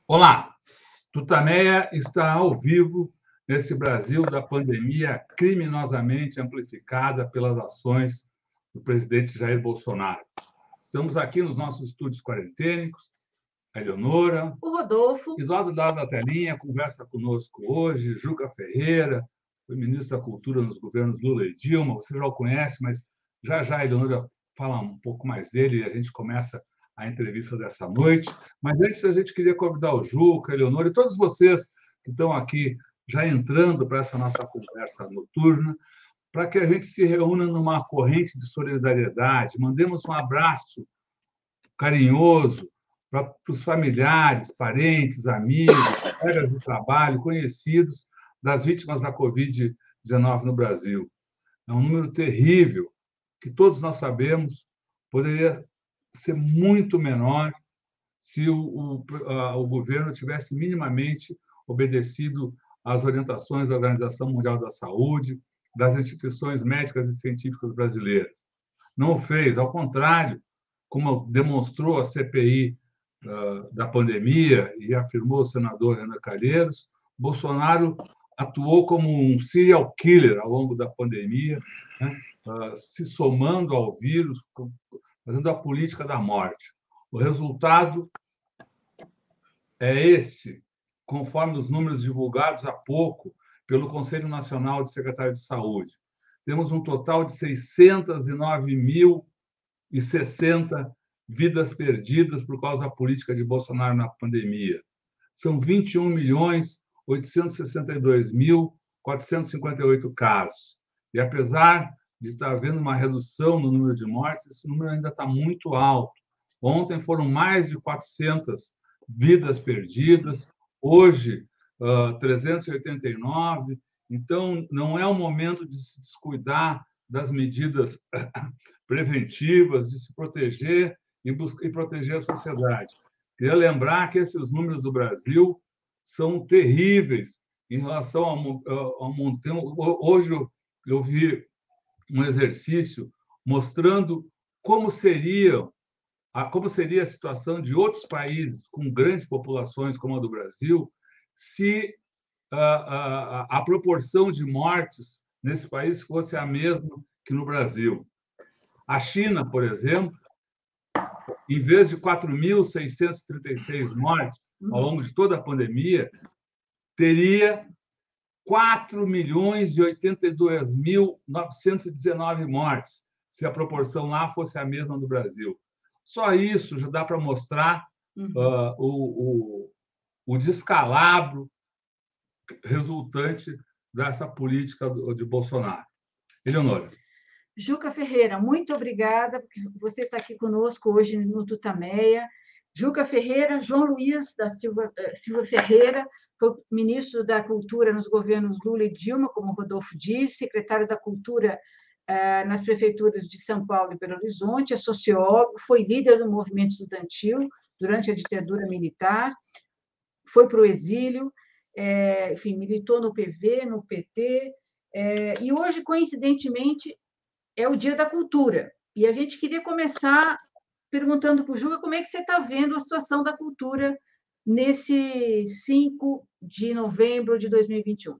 Olá, Tutameia está ao vivo nesse Brasil da pandemia criminosamente amplificada pelas ações do presidente Jair Bolsonaro. Estamos aqui nos nossos estúdios quarentênicos, a Eleonora, o Rodolfo, e do lado da telinha conversa conosco hoje Juca Ferreira, foi ministro da Cultura nos governos Lula e Dilma, você já o conhece, mas já a Eleonora fala um pouco mais dele e a gente começa a entrevista dessa noite. Mas antes, a gente queria convidar o Juca, a Eleonora e todos vocês que estão aqui já entrando para essa nossa conversa noturna, para que a gente se reúna numa corrente de solidariedade, mandemos um abraço carinhoso para os familiares, parentes, amigos, colegas de trabalho, conhecidos das vítimas da Covid-19 no Brasil. É um número terrível, que todos nós sabemos poderia ser muito menor se o governo tivesse minimamente obedecido às orientações da Organização Mundial da Saúde, das instituições médicas e científicas brasileiras. Não o fez, ao contrário, como demonstrou a CPI da pandemia e afirmou o senador Renan Calheiros, Bolsonaro atuou como um serial killer ao longo da pandemia, né? Se somando ao vírus, fazendo a política da morte. O resultado é esse, conforme os números divulgados há pouco pelo Conselho Nacional de Secretários de Saúde. Temos um total de 609.060 vidas perdidas por causa da política de Bolsonaro na pandemia. São 21.862.458 casos. E, apesar de estar havendo uma redução no número de mortes, esse número ainda está muito alto. Ontem foram mais de 400 vidas perdidas, hoje 389. Então, não é o momento de se descuidar das medidas preventivas, de se proteger e proteger a sociedade. Queria lembrar que esses números do Brasil são terríveis em relação ao montão. Hoje eu vi um exercício mostrando como seria a situação de outros países com grandes populações como a do Brasil se a proporção de mortes nesse país fosse a mesma que no Brasil. A China, por exemplo, em vez de 4.636 mortes ao longo de toda a pandemia, teria 4.082.919 mortes, se a proporção lá fosse a mesma do Brasil. Só isso já dá para mostrar o descalabro resultante dessa política de Bolsonaro. Eleonora. Juca Ferreira, muito obrigada, porque você está aqui conosco hoje no Tutameia. Juca Ferreira, João Luiz da Silva Ferreira, foi ministro da Cultura nos governos Lula e Dilma, como o Rodolfo disse, secretário da Cultura nas prefeituras de São Paulo e Belo Horizonte, é sociólogo, foi líder do movimento estudantil durante a ditadura militar, foi para o exílio, enfim, militou no PV, no PT, e hoje, coincidentemente, é o Dia da Cultura. E a gente queria começar perguntando para o Juca como é que você está vendo a situação da cultura nesse 5 de novembro de 2021.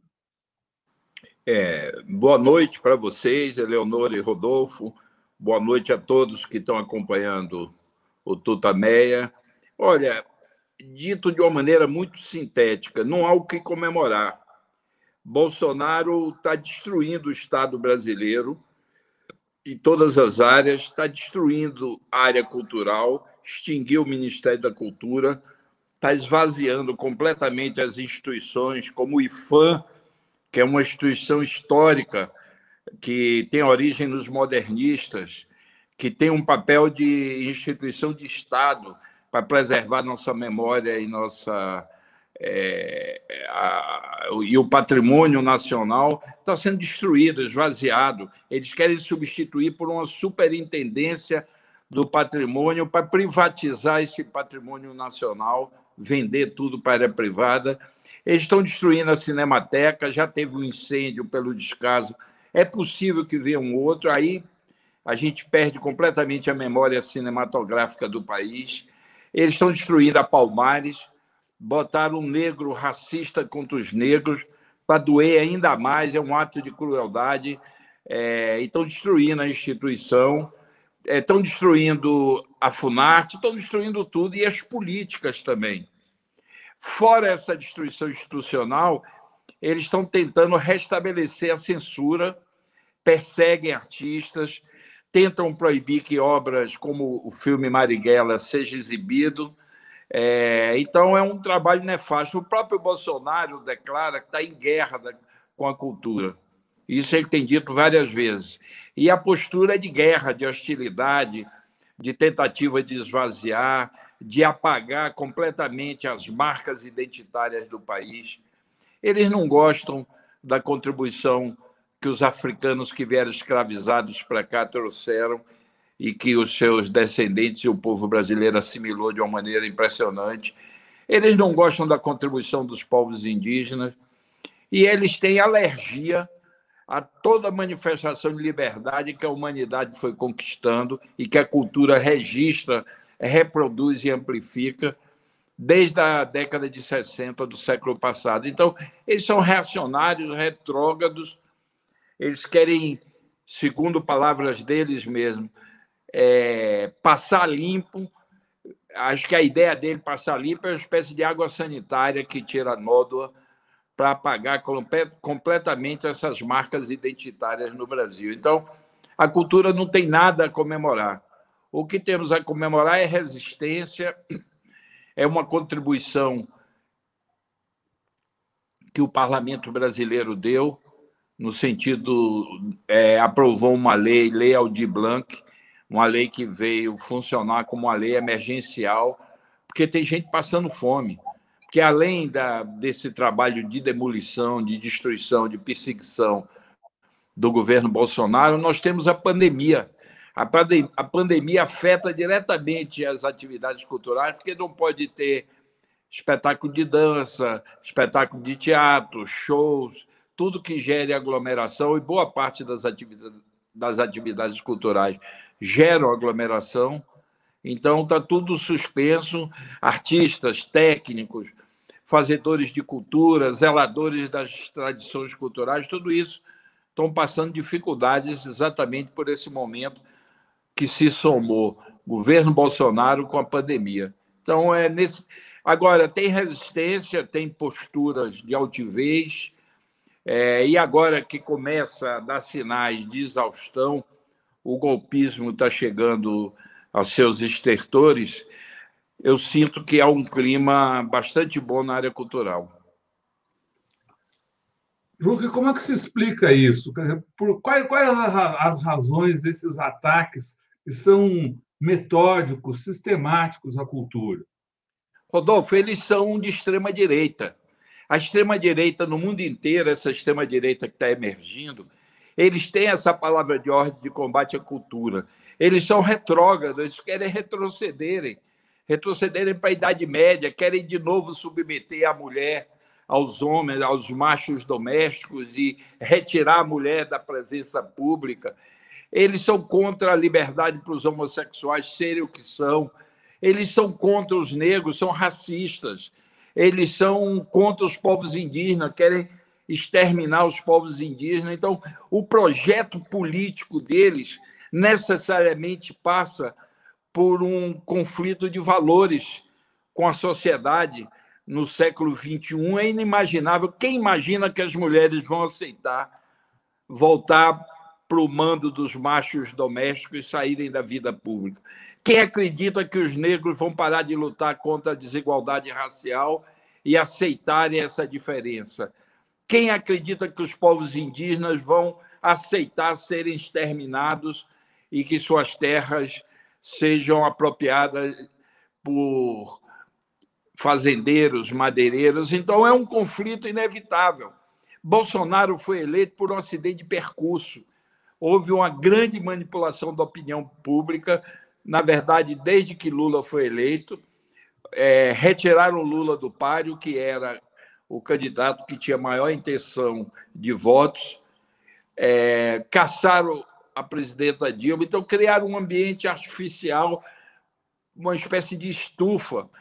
Boa noite para vocês, Eleonora e Rodolfo. Boa noite a todos que estão acompanhando o Tutameia. Olha, dito de uma maneira muito sintética, não há o que comemorar. Bolsonaro está destruindo o Estado brasileiro em todas as áreas, está destruindo a área cultural, extinguiu o Ministério da Cultura, está esvaziando completamente as instituições, como o IPHAN, que é uma instituição histórica que tem origem nos modernistas, que tem um papel de instituição de Estado para preservar nossa memória e e o patrimônio nacional, está sendo destruído, esvaziado. Eles querem substituir por uma superintendência do patrimônio para privatizar esse patrimônio nacional, vender tudo para a área privada. Eles estão destruindo a Cinemateca, já teve um incêndio pelo descaso. É possível que venha um outro, aí a gente perde completamente a memória cinematográfica do país. Eles estão destruindo a Palmares, botar um negro racista contra os negros para doer ainda mais, é um ato de crueldade. E estão destruindo a instituição, estão destruindo a Funarte, estão destruindo tudo, e as políticas também. Fora essa destruição institucional, eles estão tentando restabelecer a censura, perseguem artistas, tentam proibir que obras como o filme Marighella seja exibido. Então, é um trabalho nefasto. O próprio Bolsonaro declara que está em guerra com a cultura. Isso ele tem dito várias vezes. E a postura é de guerra, de hostilidade, de tentativa de esvaziar, de apagar completamente as marcas identitárias do país. Eles não gostam da contribuição que os africanos que vieram escravizados para cá trouxeram e que os seus descendentes e o povo brasileiro assimilou de uma maneira impressionante. Eles não gostam da contribuição dos povos indígenas e eles têm alergia a toda manifestação de liberdade que a humanidade foi conquistando e que a cultura registra, reproduz e amplifica desde a década de 60 do século passado. Então, eles são reacionários, retrógrados, eles querem, segundo palavras deles mesmos, passar limpo. Acho que a ideia dele, passar limpo, é uma espécie de água sanitária que tira a nódoa para apagar completamente essas marcas identitárias no Brasil. Então, a cultura não tem nada a comemorar. O que temos a comemorar é resistência, é uma contribuição que o parlamento brasileiro deu, no sentido, aprovou uma lei, Lei Aldir Blanc, uma lei que veio funcionar como uma lei emergencial, porque tem gente passando fome. Porque, além desse trabalho de demolição, de destruição, de perseguição do governo Bolsonaro, nós temos a pandemia. A pandemia afeta diretamente as atividades culturais, porque não pode ter espetáculo de dança, espetáculo de teatro, shows, tudo que gere aglomeração, e boa parte das atividades culturais geram aglomeração. Então, está tudo suspenso. Artistas, técnicos, fazedores de cultura, zeladores das tradições culturais, tudo isso estão passando dificuldades exatamente por esse momento que se somou governo Bolsonaro com a pandemia. Então, Agora, tem resistência, tem posturas de altivez, e agora que começa a dar sinais de exaustão, o golpismo está chegando aos seus estertores, eu sinto que há um clima bastante bom na área cultural. Juca, como é que se explica isso? Quais as razões desses ataques que são metódicos, sistemáticos à cultura? Rodolfo, eles são de extrema-direita. A extrema-direita, no mundo inteiro, essa extrema-direita que está emergindo, eles têm essa palavra de ordem de combate à cultura. Eles são retrógrados, eles querem retrocederem para a Idade Média, querem de novo submeter a mulher aos homens, aos machos domésticos e retirar a mulher da presença pública. Eles são contra a liberdade para os homossexuais serem o que são. Eles são contra os negros, são racistas. Eles são contra os povos indígenas, querem exterminar os povos indígenas. Então, o projeto político deles necessariamente passa por um conflito de valores com a sociedade no século XXI. É inimaginável. Quem imagina que as mulheres vão aceitar voltar para o mando dos machos domésticos e saírem da vida pública? Quem acredita que os negros vão parar de lutar contra a desigualdade racial e aceitarem essa diferença? Quem acredita que os povos indígenas vão aceitar serem exterminados e que suas terras sejam apropriadas por fazendeiros, madeireiros? Então, é um conflito inevitável. Bolsonaro foi eleito por um acidente de percurso. Houve uma grande manipulação da opinião pública. Na verdade, desde que Lula foi eleito, retiraram Lula do páreo, que era o candidato que tinha maior intenção de votos, caçaram a presidenta Dilma, então criaram um ambiente artificial, uma espécie de estufa,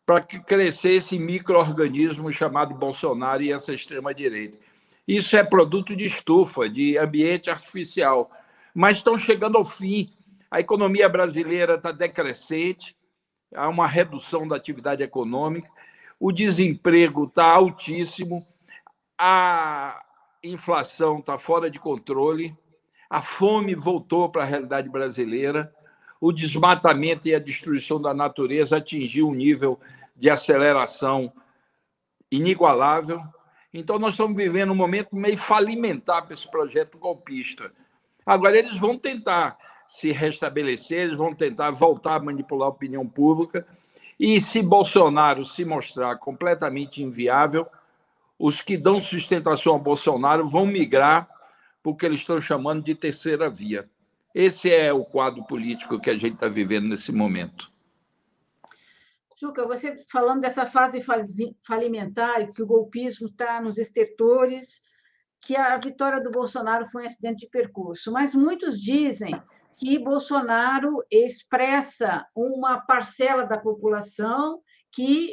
para que crescer esse micro-organismo chamado Bolsonaro e essa extrema-direita. Isso é produto de estufa, de ambiente artificial, mas estão chegando ao fim. A economia brasileira está decrescente, há uma redução da atividade econômica, o desemprego está altíssimo, a inflação está fora de controle, a fome voltou para a realidade brasileira, o desmatamento e a destruição da natureza atingiu um nível de aceleração inigualável. Então, nós estamos vivendo um momento meio falimentar para esse projeto golpista. Agora, eles vão tentar se restabelecer, eles vão tentar voltar a manipular a opinião pública, e se Bolsonaro se mostrar completamente inviável, os que dão sustentação a Bolsonaro vão migrar para o que eles estão chamando de terceira via. Esse é o quadro político que a gente está vivendo nesse momento. Juca, você falando dessa fase falimentar, que o golpismo está nos estertores, que a vitória do Bolsonaro foi um acidente de percurso, mas muitos dizem que Bolsonaro expressa uma parcela da população que,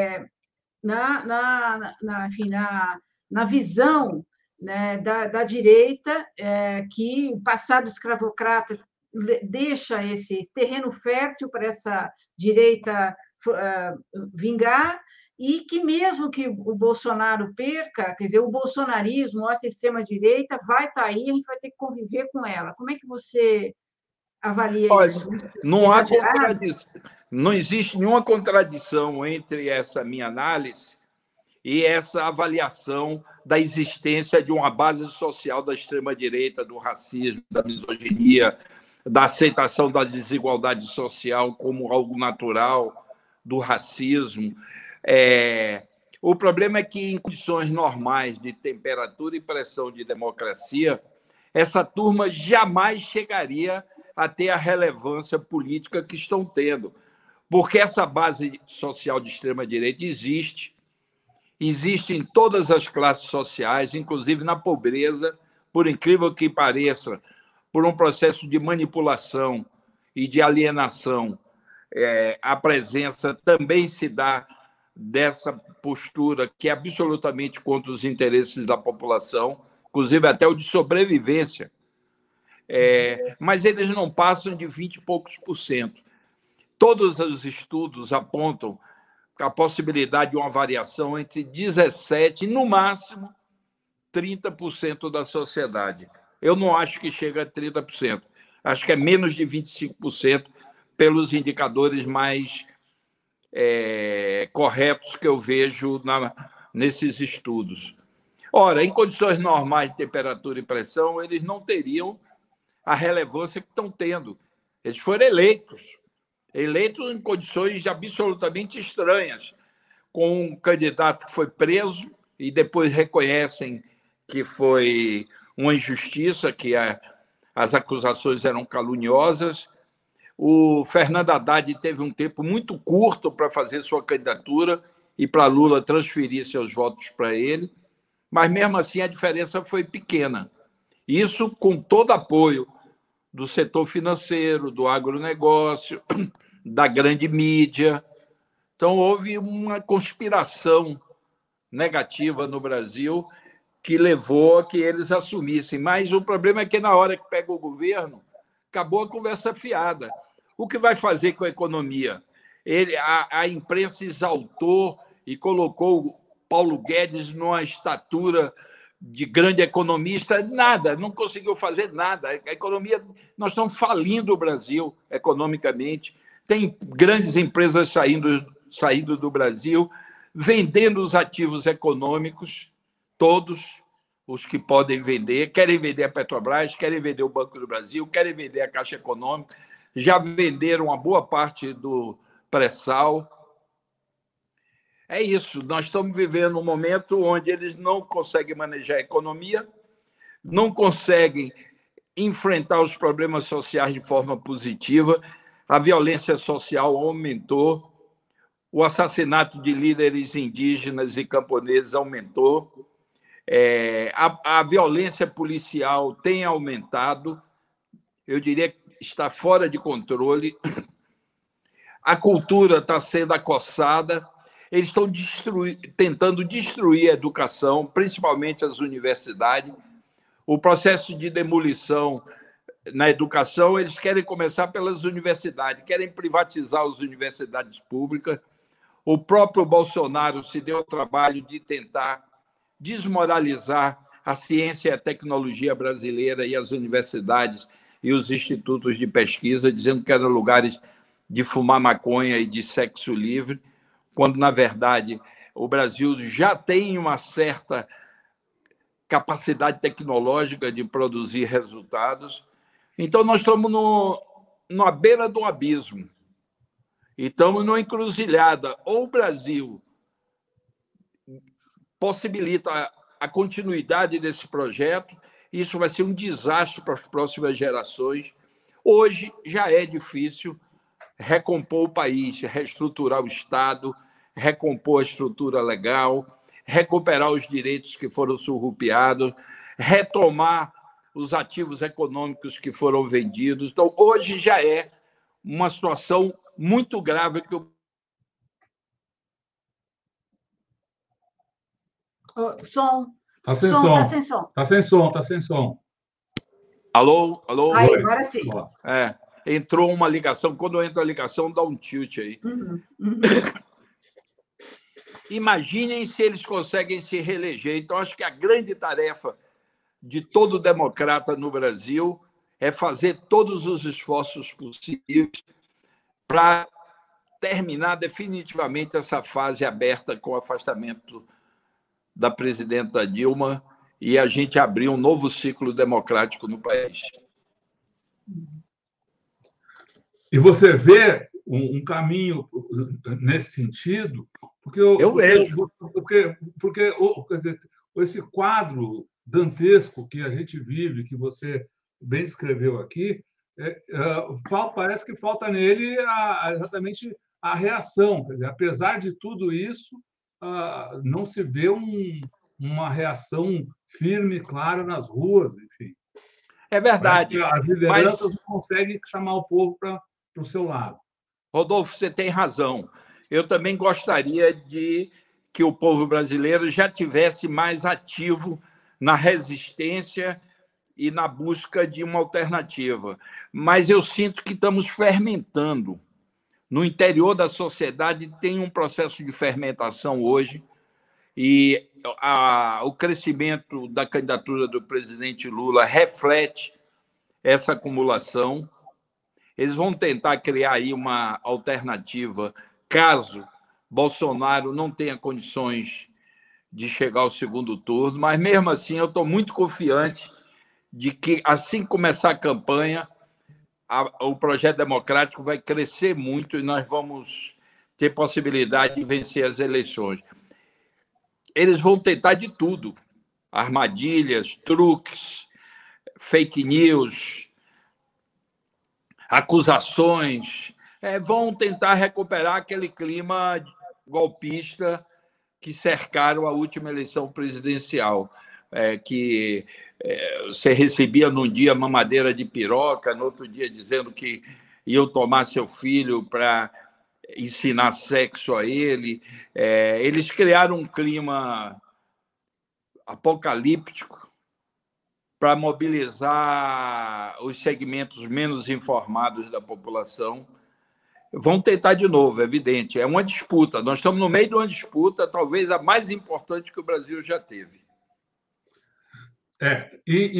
na visão, né, da direita, que o passado escravocrata deixa esse terreno fértil para essa direita vingar, e que mesmo que o Bolsonaro perca, quer dizer, o bolsonarismo, essa extrema-direita, vai estar aí, a gente vai ter que conviver com ela. Como é que você avalia isso? Não existe nenhuma contradição entre essa minha análise e essa avaliação da existência de uma base social da extrema-direita, do racismo, da misoginia, da aceitação da desigualdade social como algo natural, do racismo. O problema é que, em condições normais de temperatura e pressão de democracia, essa turma jamais chegaria a ter a relevância política que estão tendo, porque essa base social de extrema-direita existe em todas as classes sociais, inclusive na pobreza, por incrível que pareça, por um processo de manipulação e de alienação. A presença também se dá dessa postura que é absolutamente contra os interesses da população, inclusive até o de sobrevivência. Mas eles não passam de 20 e poucos por cento. Todos os estudos apontam a possibilidade de uma variação entre 17% e, no máximo, 30% da sociedade. Eu não acho que chega a 30%. Acho que é menos de 25% pelos indicadores mais corretos que eu vejo nesses estudos. Ora, em condições normais de temperatura e pressão, eles não teriam a relevância que estão tendo. Eles foram eleitos em condições absolutamente estranhas, com um candidato que foi preso e depois reconhecem que foi uma injustiça, que as acusações eram caluniosas. O Fernando Haddad teve um tempo muito curto para fazer sua candidatura e para Lula transferir seus votos para ele, mas, mesmo assim, a diferença foi pequena. Isso com todo apoio do setor financeiro, do agronegócio, da grande mídia. Então, houve uma conspiração negativa no Brasil que levou a que eles assumissem. Mas o problema é que, na hora que pega o governo, acabou a conversa fiada. O que vai fazer com a economia? A imprensa exaltou e colocou Paulo Guedes numa estatura de grande economista, nada, não conseguiu fazer nada. A economia, nós estamos falindo o Brasil economicamente, tem grandes empresas saindo do Brasil, vendendo os ativos econômicos, todos os que podem vender, querem vender a Petrobras, querem vender o Banco do Brasil, querem vender a Caixa Econômica, já venderam uma boa parte do pré-sal. É isso, nós estamos vivendo um momento onde eles não conseguem manejar a economia, não conseguem enfrentar os problemas sociais de forma positiva, a violência social aumentou, o assassinato de líderes indígenas e camponeses aumentou, a violência policial tem aumentado, eu diria que está fora de controle. a cultura está sendo acossada, eles estão tentando destruir a educação, principalmente as universidades. O processo de demolição na educação, eles querem começar pelas universidades, querem privatizar as universidades públicas. O próprio Bolsonaro se deu ao trabalho de tentar desmoralizar a ciência e a tecnologia brasileira e as universidades e os institutos de pesquisa, dizendo que eram lugares de fumar maconha e de sexo livre, quando, na verdade, o Brasil já tem uma certa capacidade tecnológica de produzir resultados. Então, nós estamos na beira do abismo. E estamos numa encruzilhada. Ou o Brasil possibilita a continuidade desse projeto, isso vai ser um desastre para as próximas gerações. Hoje já é difícil recompor o país, reestruturar o Estado, recompor a estrutura legal, recuperar os direitos que foram surrupiados, retomar os ativos econômicos que foram vendidos. Então, hoje já é uma situação muito grave que o som. Está sem som. som. Está sem som. Está sem som, está sem som. Alô? Alô? Aí, agora sim. Entrou uma ligação. Quando entra a ligação, dá um tilt aí. Imaginem se eles conseguem se reeleger. Então, acho que a grande tarefa de todo democrata no Brasil é fazer todos os esforços possíveis para terminar definitivamente essa fase aberta com o afastamento da presidenta Dilma e a gente abrir um novo ciclo democrático no país. E você vê um caminho nesse sentido? Porque eu vejo. Porque quer dizer, esse quadro dantesco que a gente vive, que você bem descreveu aqui, parece que falta nele exatamente a reação. Quer dizer, apesar de tudo isso, não se vê uma reação firme, clara nas ruas, enfim. É verdade. As lideranças não conseguem chamar o povo para o seu lado. Rodolfo, você tem razão. Eu também gostaria de que o povo brasileiro já tivesse mais ativo na resistência e na busca de uma alternativa. Mas eu sinto que estamos fermentando. No interior da sociedade tem um processo de fermentação hoje e o crescimento da candidatura do presidente Lula reflete essa acumulação. Eles vão tentar criar aí uma alternativa caso Bolsonaro não tenha condições de chegar ao segundo turno, mas, mesmo assim, eu estou muito confiante de que, assim que começar a campanha, o projeto democrático vai crescer muito e nós vamos ter possibilidade de vencer as eleições. Eles vão tentar de tudo, armadilhas, truques, fake news, acusações, vão tentar recuperar aquele clima golpista que cercaram a última eleição presidencial, que você recebia num dia mamadeira de piroca, no outro dia dizendo que iam tomar seu filho para ensinar sexo a ele. Eles criaram um clima apocalíptico para mobilizar os segmentos menos informados da população. Vão tentar de novo, é evidente. É uma disputa. Nós estamos no meio de uma disputa, talvez a mais importante que o Brasil já teve. E em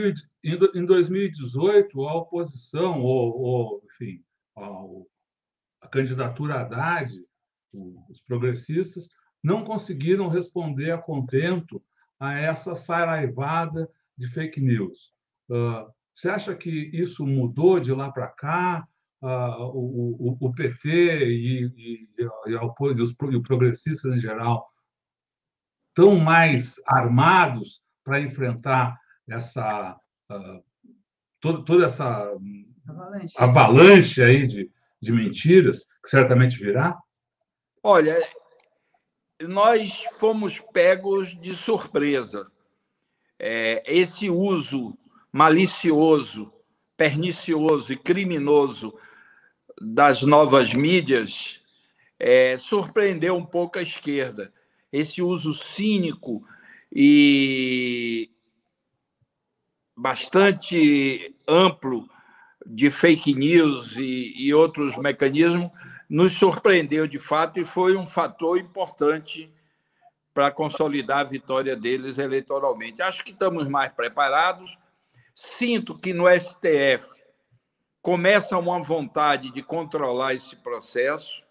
2018, a oposição, enfim, a candidatura Haddad, os progressistas, não conseguiram responder a contento a essa saraivada de fake news. Você acha que isso mudou de lá para cá? O PT e os progressistas em geral estão mais armados para enfrentar toda essa avalanche aí de mentiras que certamente virá? Olha, nós fomos pegos de surpresa. Esse uso malicioso, pernicioso e criminoso das novas mídias surpreendeu um pouco a esquerda. Esse uso cínico e bastante amplo de fake news e outros mecanismos nos surpreendeu de fato e foi um fator importante para consolidar a vitória deles eleitoralmente. Acho que estamos mais preparados. Sinto que no STF começa uma vontade de controlar esse processo.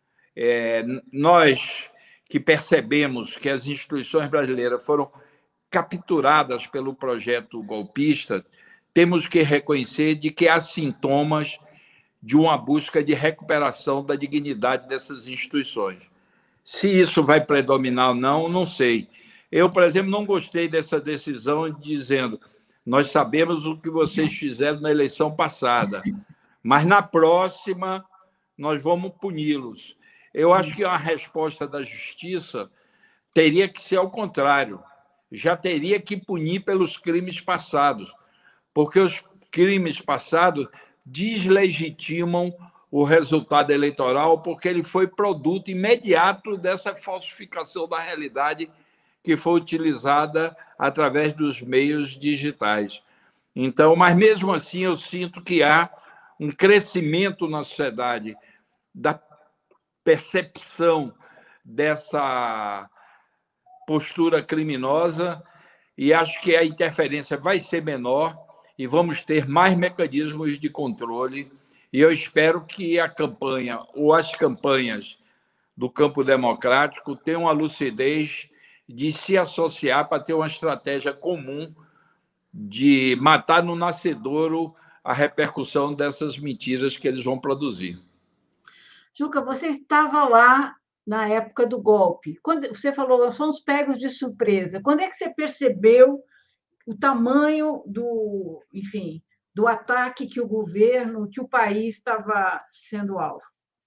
Nós que percebemos que as instituições brasileiras foram capturadas pelo projeto golpista, temos que reconhecer de que há sintomas de uma busca de recuperação da dignidade dessas instituições. Se isso vai predominar ou não, não sei. Eu, por exemplo, não gostei dessa decisão dizendo: nós sabemos o que vocês fizeram na eleição passada, mas na próxima nós vamos puni-los. Eu acho que a resposta da justiça teria que ser ao contrário. Já teria que punir pelos crimes passados, porque os crimes passados deslegitimam o resultado eleitoral, porque ele foi produto imediato dessa falsificação da realidade que foi utilizada através dos meios digitais. Então, mas mesmo assim eu sinto que há um crescimento na sociedade da percepção dessa postura criminosa e acho que a interferência vai ser menor e vamos ter mais mecanismos de controle. E eu espero que a campanha ou as campanhas do campo democrático tenham a lucidez de se associar para ter uma estratégia comum de matar no nascedouro a repercussão dessas mentiras que eles vão produzir. Juca, você estava lá na época do golpe. Quando você falou, nós fomos pegos de surpresa. Quando é que você percebeu o tamanho do, enfim, do ataque que o governo, que o país estava sendo alvo?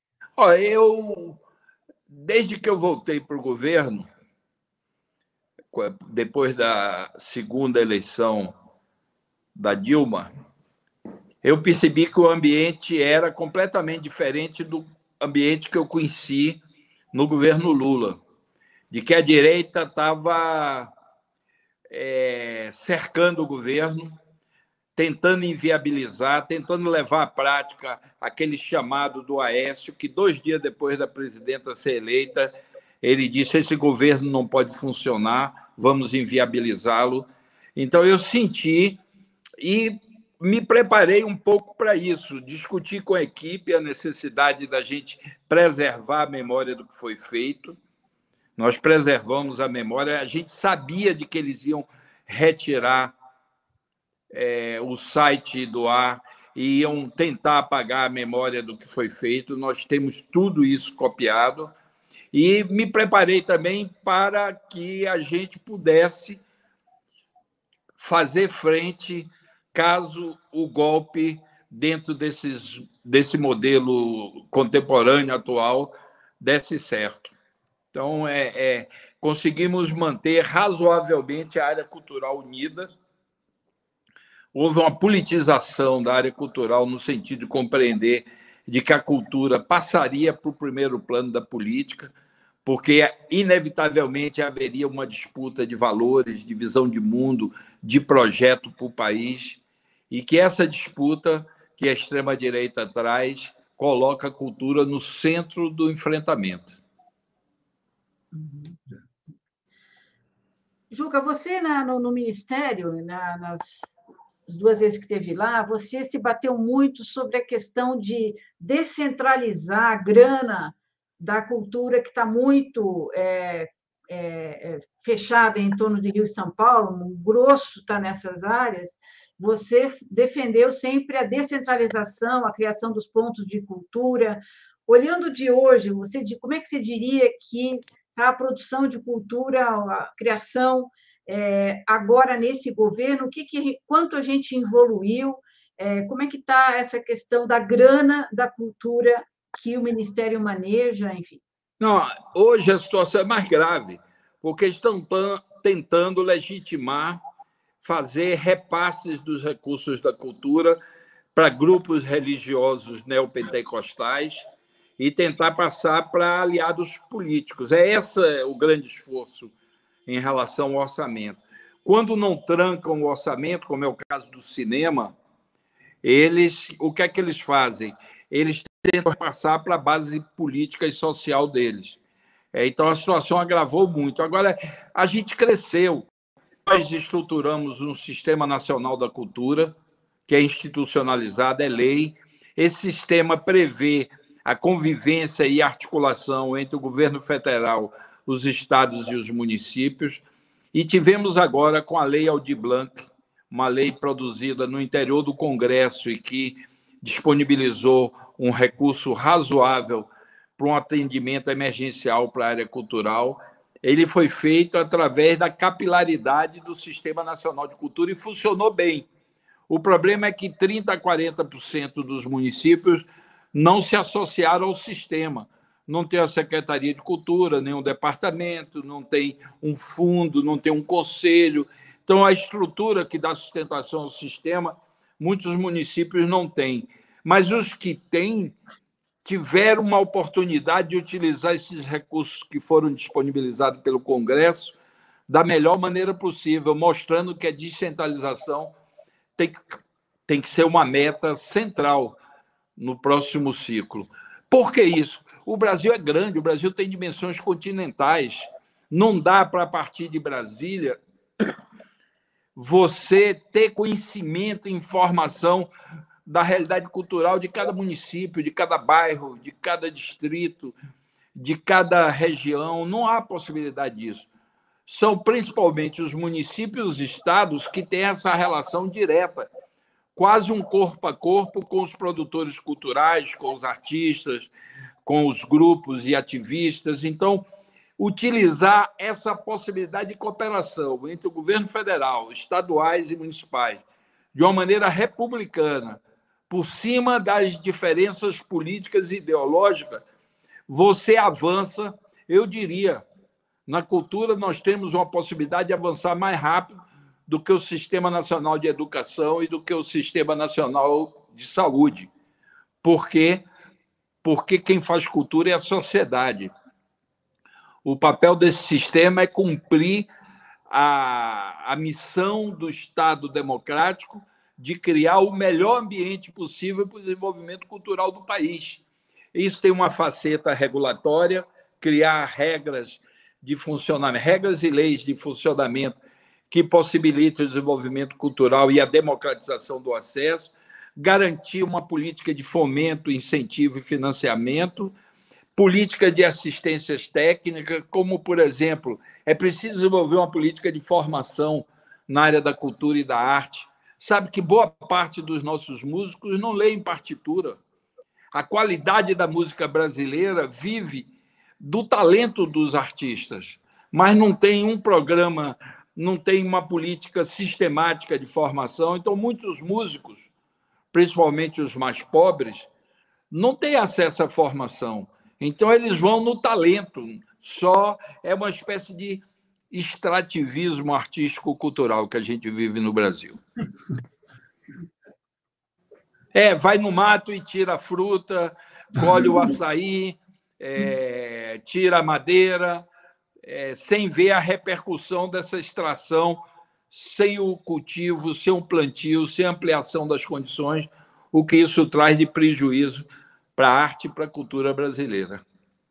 Desde que eu voltei para o governo, depois da segunda eleição da Dilma, eu percebi que o ambiente era completamente diferente do ambiente que eu conheci no governo Lula, de que a direita estava cercando o governo, tentando inviabilizar, tentando levar à prática aquele chamado do Aécio, que 2 dias depois da presidenta ser eleita, ele disse: esse governo não pode funcionar, vamos inviabilizá-lo. Então, eu senti e me preparei um pouco para isso, discuti com a equipe a necessidade da gente preservar a memória do que foi feito. Nós preservamos a memória, a gente sabia de que eles iam retirar o site do ar e iam tentar apagar a memória do que foi feito. Nós temos tudo isso copiado e me preparei também para que a gente pudesse fazer frente caso o golpe, dentro desse modelo contemporâneo atual, desse certo. Então, conseguimos manter razoavelmente a área cultural unida. Houve uma politização da área cultural no sentido de compreender de que a cultura passaria para o primeiro plano da política, porque inevitavelmente haveria uma disputa de valores, de visão de mundo, de projeto para o país, e que essa disputa que a extrema-direita traz coloca a cultura no centro do enfrentamento. Juca, você no Ministério, nas 2 vezes que esteve lá, você se bateu muito sobre a questão de descentralizar a grana da cultura, que está muito fechada em torno de Rio e São Paulo, o grosso está nessas áreas. Você defendeu sempre a descentralização, a criação dos pontos de cultura. Olhando de hoje, como é que você diria que a produção de cultura, a criação, agora nesse governo, quanto a gente evoluiu, como é que está essa questão da grana da cultura que o Ministério maneja, enfim? Não, hoje a situação é mais grave, porque estão tentando legitimar, fazer repasses dos recursos da cultura para grupos religiosos neopentecostais e tentar passar para aliados políticos. Esse o grande esforço em relação ao orçamento. Quando não trancam o orçamento, como é o caso do cinema, o que é que eles fazem? Eles tentam passar para a base política e social deles. Então, a situação agravou muito. Agora, a gente cresceu. Nós estruturamos um Sistema Nacional da Cultura, que é institucionalizado, é lei. Esse sistema prevê a convivência e articulação entre o governo federal, os estados e os municípios. E tivemos agora, com a Lei Aldir Blanc, uma lei produzida no interior do Congresso e que disponibilizou um recurso razoável para um atendimento emergencial para a área cultural. Ele foi feito através da capilaridade do Sistema Nacional de Cultura e funcionou bem. O problema é que 30% a 40% dos municípios não se associaram ao sistema. Não tem a Secretaria de Cultura, nem um departamento, não tem um fundo, não tem um conselho. Então, a estrutura que dá sustentação ao sistema, muitos municípios não têm. Mas os que têm tiveram uma oportunidade de utilizar esses recursos que foram disponibilizados pelo Congresso da melhor maneira possível, mostrando que a descentralização tem que ser uma meta central no próximo ciclo. Por que isso? O Brasil é grande, o Brasil tem dimensões continentais. Não dá para, a partir de Brasília, você ter conhecimento e informação da realidade cultural de cada município, de cada bairro, de cada distrito, de cada região. Não há possibilidade disso. São principalmente os municípios e os estados que têm essa relação direta, quase um corpo a corpo com os produtores culturais, com os artistas, com os grupos e ativistas. Então, utilizar essa possibilidade de cooperação entre o governo federal, estaduais e municipais, de uma maneira republicana, por cima das diferenças políticas e ideológicas, você avança, eu diria. Na cultura, nós temos uma possibilidade de avançar mais rápido do que o Sistema Nacional de Educação e do que o Sistema Nacional de Saúde. Por quê? Porque quem faz cultura é a sociedade. O papel desse sistema é cumprir a missão do Estado democrático de criar o melhor ambiente possível para o desenvolvimento cultural do país. Isso tem uma faceta regulatória, criar regras de funcionamento, regras e leis de funcionamento que possibilitem o desenvolvimento cultural e a democratização do acesso, garantir uma política de fomento, incentivo e financiamento, política de assistências técnicas, como, por exemplo, é preciso desenvolver uma política de formação na área da cultura e da arte. Sabe que boa parte dos nossos músicos não leem partitura. A qualidade da música brasileira vive do talento dos artistas, mas não tem um programa, não tem uma política sistemática de formação. Então, muitos músicos, principalmente os mais pobres, não têm acesso à formação. Então, eles vão no talento. Só é uma espécie de extrativismo artístico-cultural que a gente vive no Brasil. Vai no mato e tira a fruta, colhe o açaí, tira a madeira, sem ver a repercussão dessa extração, sem o cultivo, sem o plantio, sem a ampliação das condições, o que isso traz de prejuízo para a arte e para a cultura brasileira.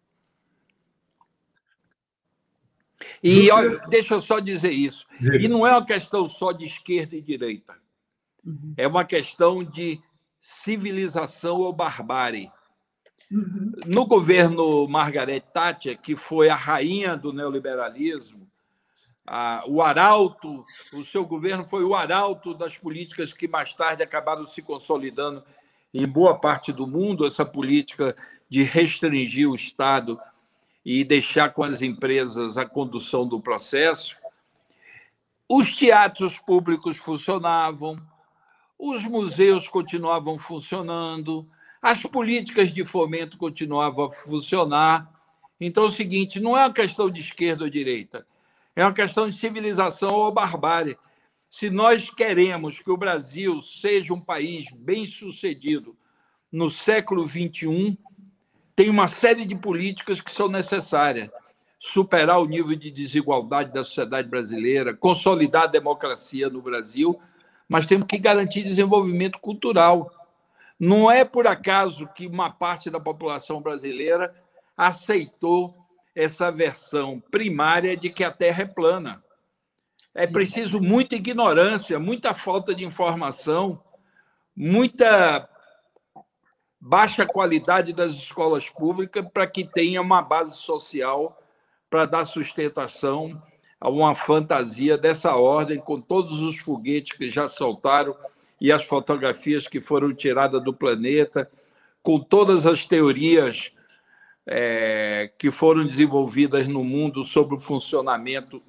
E olha, deixa eu só dizer isso. E não é uma questão só de esquerda e direita. É uma questão de civilização ou barbárie. No governo Margaret Thatcher, que foi a rainha do neoliberalismo, o arauto, o seu governo foi o arauto das políticas que mais tarde acabaram se consolidando em boa parte do mundo, essa política de restringir o Estado e deixar com as empresas a condução do processo. Os teatros públicos funcionavam, os museus continuavam funcionando, as políticas de fomento continuavam a funcionar. Então, é o seguinte, não é uma questão de esquerda ou direita, é uma questão de civilização ou barbárie. Se nós queremos que o Brasil seja um país bem-sucedido no século XXI, tem uma série de políticas que são necessárias. Superar o nível de desigualdade da sociedade brasileira, consolidar a democracia no Brasil, mas temos que garantir desenvolvimento cultural. Não é por acaso que uma parte da população brasileira aceitou essa versão primária de que a Terra é plana. É preciso muita ignorância, muita falta de informação, muita baixa qualidade das escolas públicas para que tenha uma base social para dar sustentação a uma fantasia dessa ordem, com todos os foguetes que já soltaram e as fotografias que foram tiradas do planeta, com todas as teorias que foram desenvolvidas no mundo sobre o funcionamento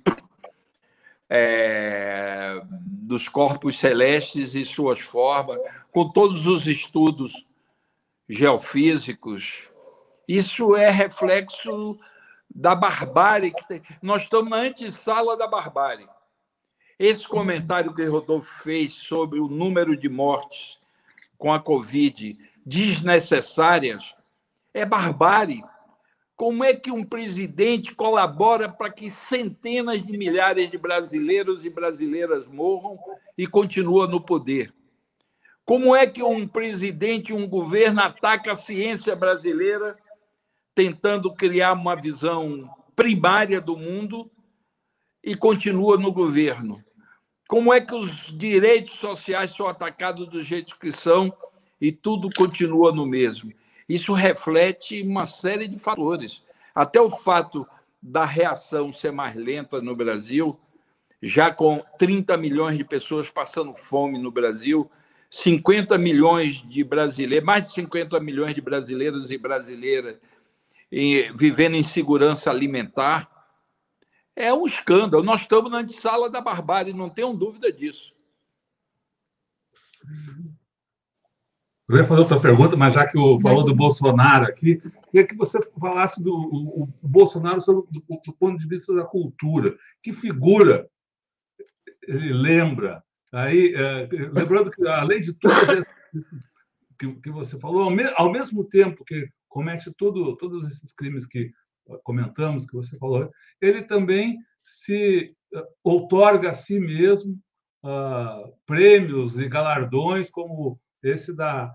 dos corpos celestes e suas formas, com todos os estudos geofísicos. Isso é reflexo da barbárie que tem. Nós estamos na antessala da barbárie. Esse comentário que o Rodolfo fez sobre o número de mortes com a Covid desnecessárias é barbárie. Como é que um presidente colabora para que centenas de milhares de brasileiros e brasileiras morram e continua no poder? Como é que um presidente, um governo ataca a ciência brasileira tentando criar uma visão primária do mundo e continua no governo? Como é que os direitos sociais são atacados do jeito que são e tudo continua no mesmo? Isso reflete uma série de fatores. Até o fato da reação ser mais lenta no Brasil, já com 30 milhões de pessoas passando fome no Brasil, 50 milhões de brasileiros, mais de 50 milhões de brasileiros e brasileiras vivendo em segurança alimentar, é um escândalo. Nós estamos na antessala da barbárie, não tenham dúvida disso. Eu ia fazer outra pergunta, mas já que falou do Bolsonaro aqui, queria que você falasse do Bolsonaro do ponto de vista da cultura. Que figura ele lembra? Aí, lembrando que, além de tudo que você falou, ao mesmo tempo que comete todos esses crimes que comentamos, que você falou, ele também se outorga a si mesmo prêmios e galardões como esse da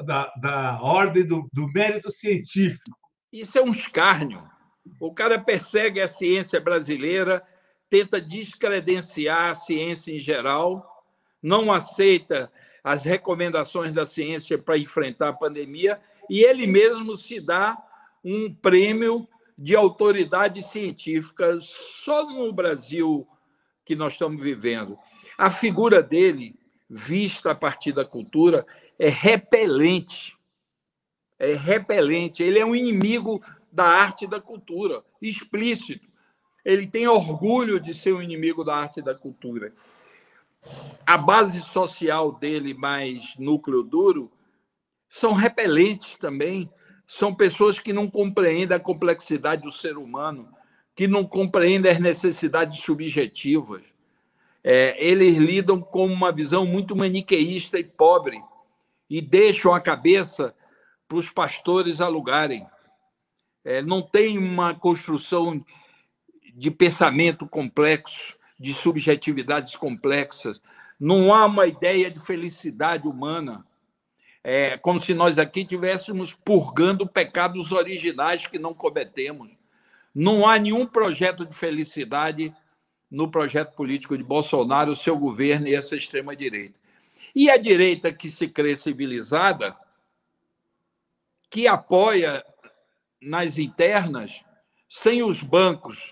ordem do mérito científico. Isso é um escárnio. O cara persegue a ciência brasileira, tenta descredenciar a ciência em geral, não aceita as recomendações da ciência para enfrentar a pandemia, e ele mesmo se dá um prêmio de autoridade científica só no Brasil que nós estamos vivendo. A figura dele, vista a partir da cultura, é repelente. É repelente. Ele é um inimigo da arte e da cultura, explícito. Ele tem orgulho de ser um inimigo da arte e da cultura. A base social dele, mais núcleo duro, são repelentes também. São pessoas que não compreendem a complexidade do ser humano, que não compreendem as necessidades subjetivas. Eles lidam com uma visão muito maniqueísta e pobre e deixam a cabeça para os pastores alugarem. Não tem uma construção de pensamento complexo, de subjetividades complexas. Não há uma ideia de felicidade humana. Como se nós aqui estivéssemos purgando pecados originais que não cometemos. Não há nenhum projeto de felicidade no projeto político de Bolsonaro, seu governo e essa extrema-direita. E a direita que se crê civilizada, que apoia nas internas, sem os bancos,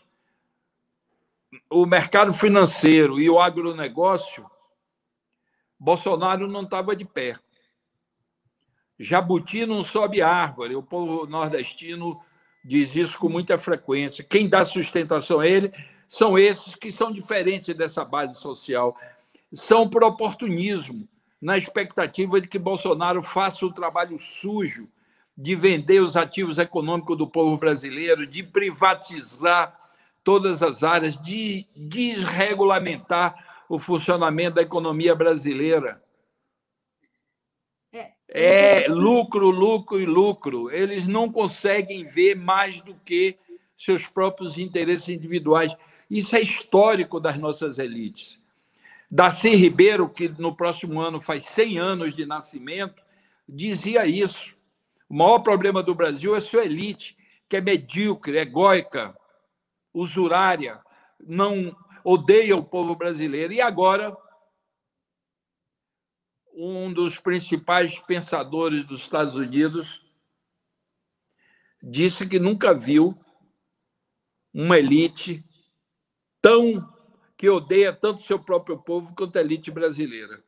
o mercado financeiro e o agronegócio, Bolsonaro não estava de pé. Jabuti não sobe árvore, o povo nordestino diz isso com muita frequência. Quem dá sustentação a ele são esses que são diferentes dessa base social. São por oportunismo, na expectativa de que Bolsonaro faça o trabalho sujo de vender os ativos econômicos do povo brasileiro, de privatizar todas as áreas, de desregulamentar o funcionamento da economia brasileira. Lucro, lucro e lucro. Eles não conseguem ver mais do que seus próprios interesses individuais. Isso é histórico das nossas elites. Darcy Ribeiro, que no próximo ano faz 100 anos de nascimento, dizia isso. O maior problema do Brasil é sua elite, que é medíocre, egóica, usurária, não odeia o povo brasileiro. E agora, um dos principais pensadores dos Estados Unidos disse que nunca viu uma elite que odeia tanto seu próprio povo quanto a elite brasileira.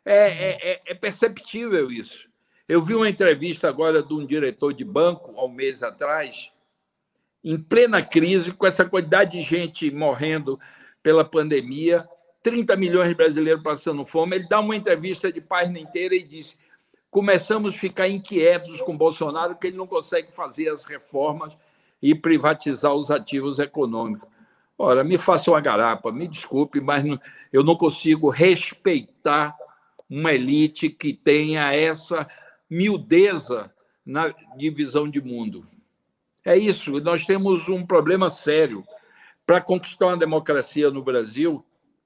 É perceptível isso. Eu vi uma entrevista agora de um diretor de banco, há um mês atrás, em plena crise, com essa quantidade de gente morrendo pela pandemia, 30 milhões de brasileiros passando fome. Ele dá uma entrevista de página inteira e diz: começamos a ficar inquietos com Bolsonaro, que ele não consegue fazer as reformas e privatizar os ativos econômicos. Ora, me faça uma garapa, me desculpe, mas eu não consigo respeitar uma elite que tenha essa miudeza na divisão de mundo. É isso, nós temos um problema sério. Para conquistar uma democracia no Brasil,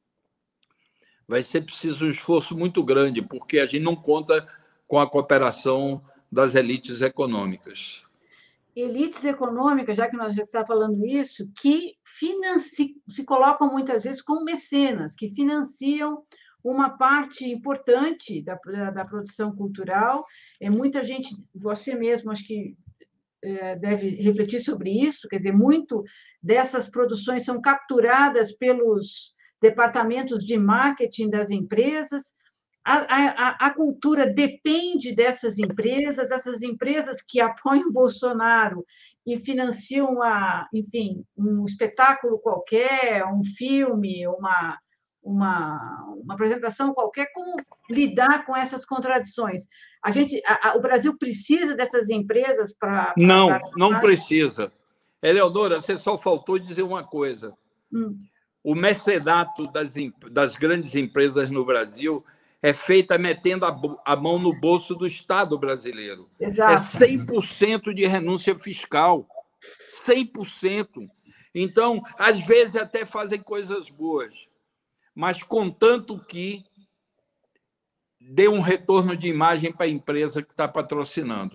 vai ser preciso um esforço muito grande, porque a gente não conta com a cooperação das elites econômicas. Elites econômicas, já que nós já estamos falando isso, que se colocam muitas vezes como mecenas, que financiam uma parte importante da produção cultural. Muita gente, você mesmo, acho que deve refletir sobre isso, quer dizer, muito dessas produções são capturadas pelos departamentos de marketing das empresas. A cultura depende dessas empresas que apoiam o Bolsonaro e financiam, enfim, um espetáculo qualquer, um filme, uma apresentação qualquer. Como lidar com essas contradições? O Brasil precisa dessas empresas para... Não precisa. Eleonora, você só faltou dizer uma coisa. O mecenato das grandes empresas no Brasil é feita metendo a mão no bolso do Estado brasileiro. Exato. É 100% de renúncia fiscal. 100%. Então, às vezes, até fazem coisas boas, mas contanto que dê um retorno de imagem para a empresa que está patrocinando.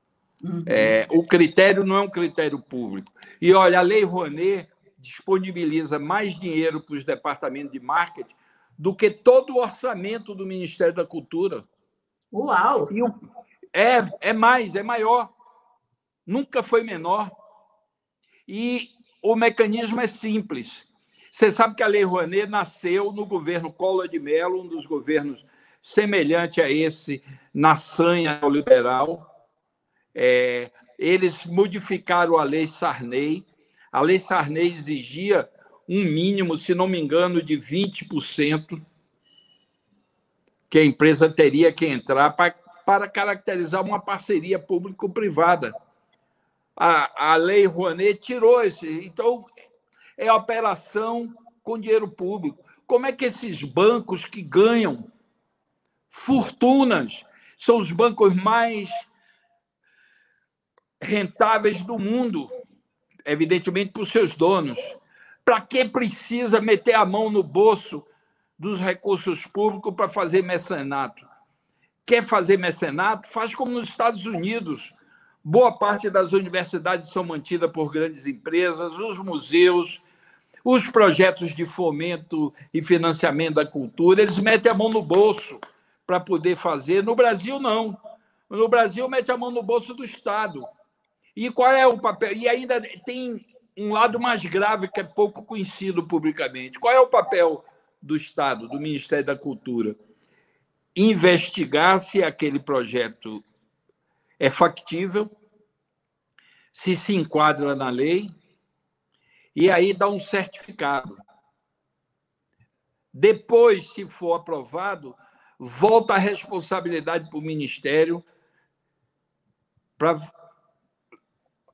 O critério não é um critério público. E, olha, a Lei Rouanet disponibiliza mais dinheiro para os departamentos de marketing do que todo o orçamento do Ministério da Cultura. Uau! É mais, é maior. Nunca foi menor. E o mecanismo é simples. Você sabe que a Lei Rouanet nasceu no governo Collor de Mello, um dos governos semelhante a esse, na sanha neoliberal. Eles modificaram a Lei Sarney. A Lei Sarney exigia um mínimo, se não me engano, de 20% que a empresa teria que entrar para caracterizar uma parceria público-privada. A Lei Rouanet tirou esse. Então, é operação com dinheiro público. Como é que esses bancos que ganham fortunas são os bancos mais rentáveis do mundo, evidentemente, para os seus donos? Para que precisa meter a mão no bolso dos recursos públicos para fazer mecenato? Quer fazer mecenato? Faz como nos Estados Unidos. Boa parte das universidades são mantidas por grandes empresas, os museus, os projetos de fomento e financiamento da cultura, eles metem a mão no bolso para poder fazer. No Brasil, não. No Brasil, mete a mão no bolso do Estado. E qual é o papel? E ainda tem um lado mais grave, que é pouco conhecido publicamente. Qual é o papel do Estado, do Ministério da Cultura? Investigar se aquele projeto é factível, se enquadra na lei, e aí dá um certificado. Depois, se for aprovado, volta a responsabilidade para o Ministério para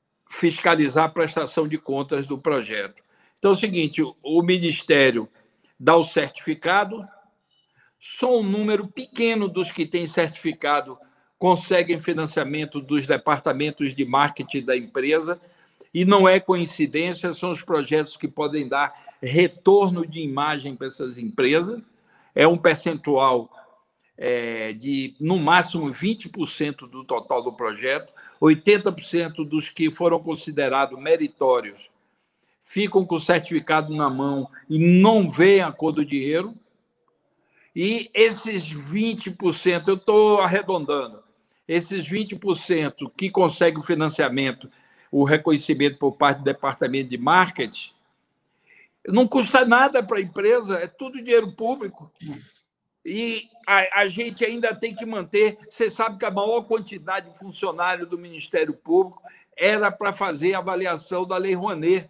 fiscalizar a prestação de contas do projeto. Então é o seguinte, o Ministério dá o certificado. Só um número pequeno dos que têm certificado conseguem financiamento dos departamentos de marketing da empresa, e não é coincidência, são os projetos que podem dar retorno de imagem para essas empresas. É um percentual de, no máximo, 20% do total do projeto. 80% dos que foram considerados meritórios ficam com o certificado na mão e não veem a cor do dinheiro. E esses 20%, eu estou arredondando, esses 20% que conseguem o financiamento, o reconhecimento por parte do departamento de marketing, não custa nada para a empresa, é tudo dinheiro público. E a gente ainda tem que manter... Você sabe que a maior quantidade de funcionários do Ministério Público era para fazer a avaliação da Lei Rouanet.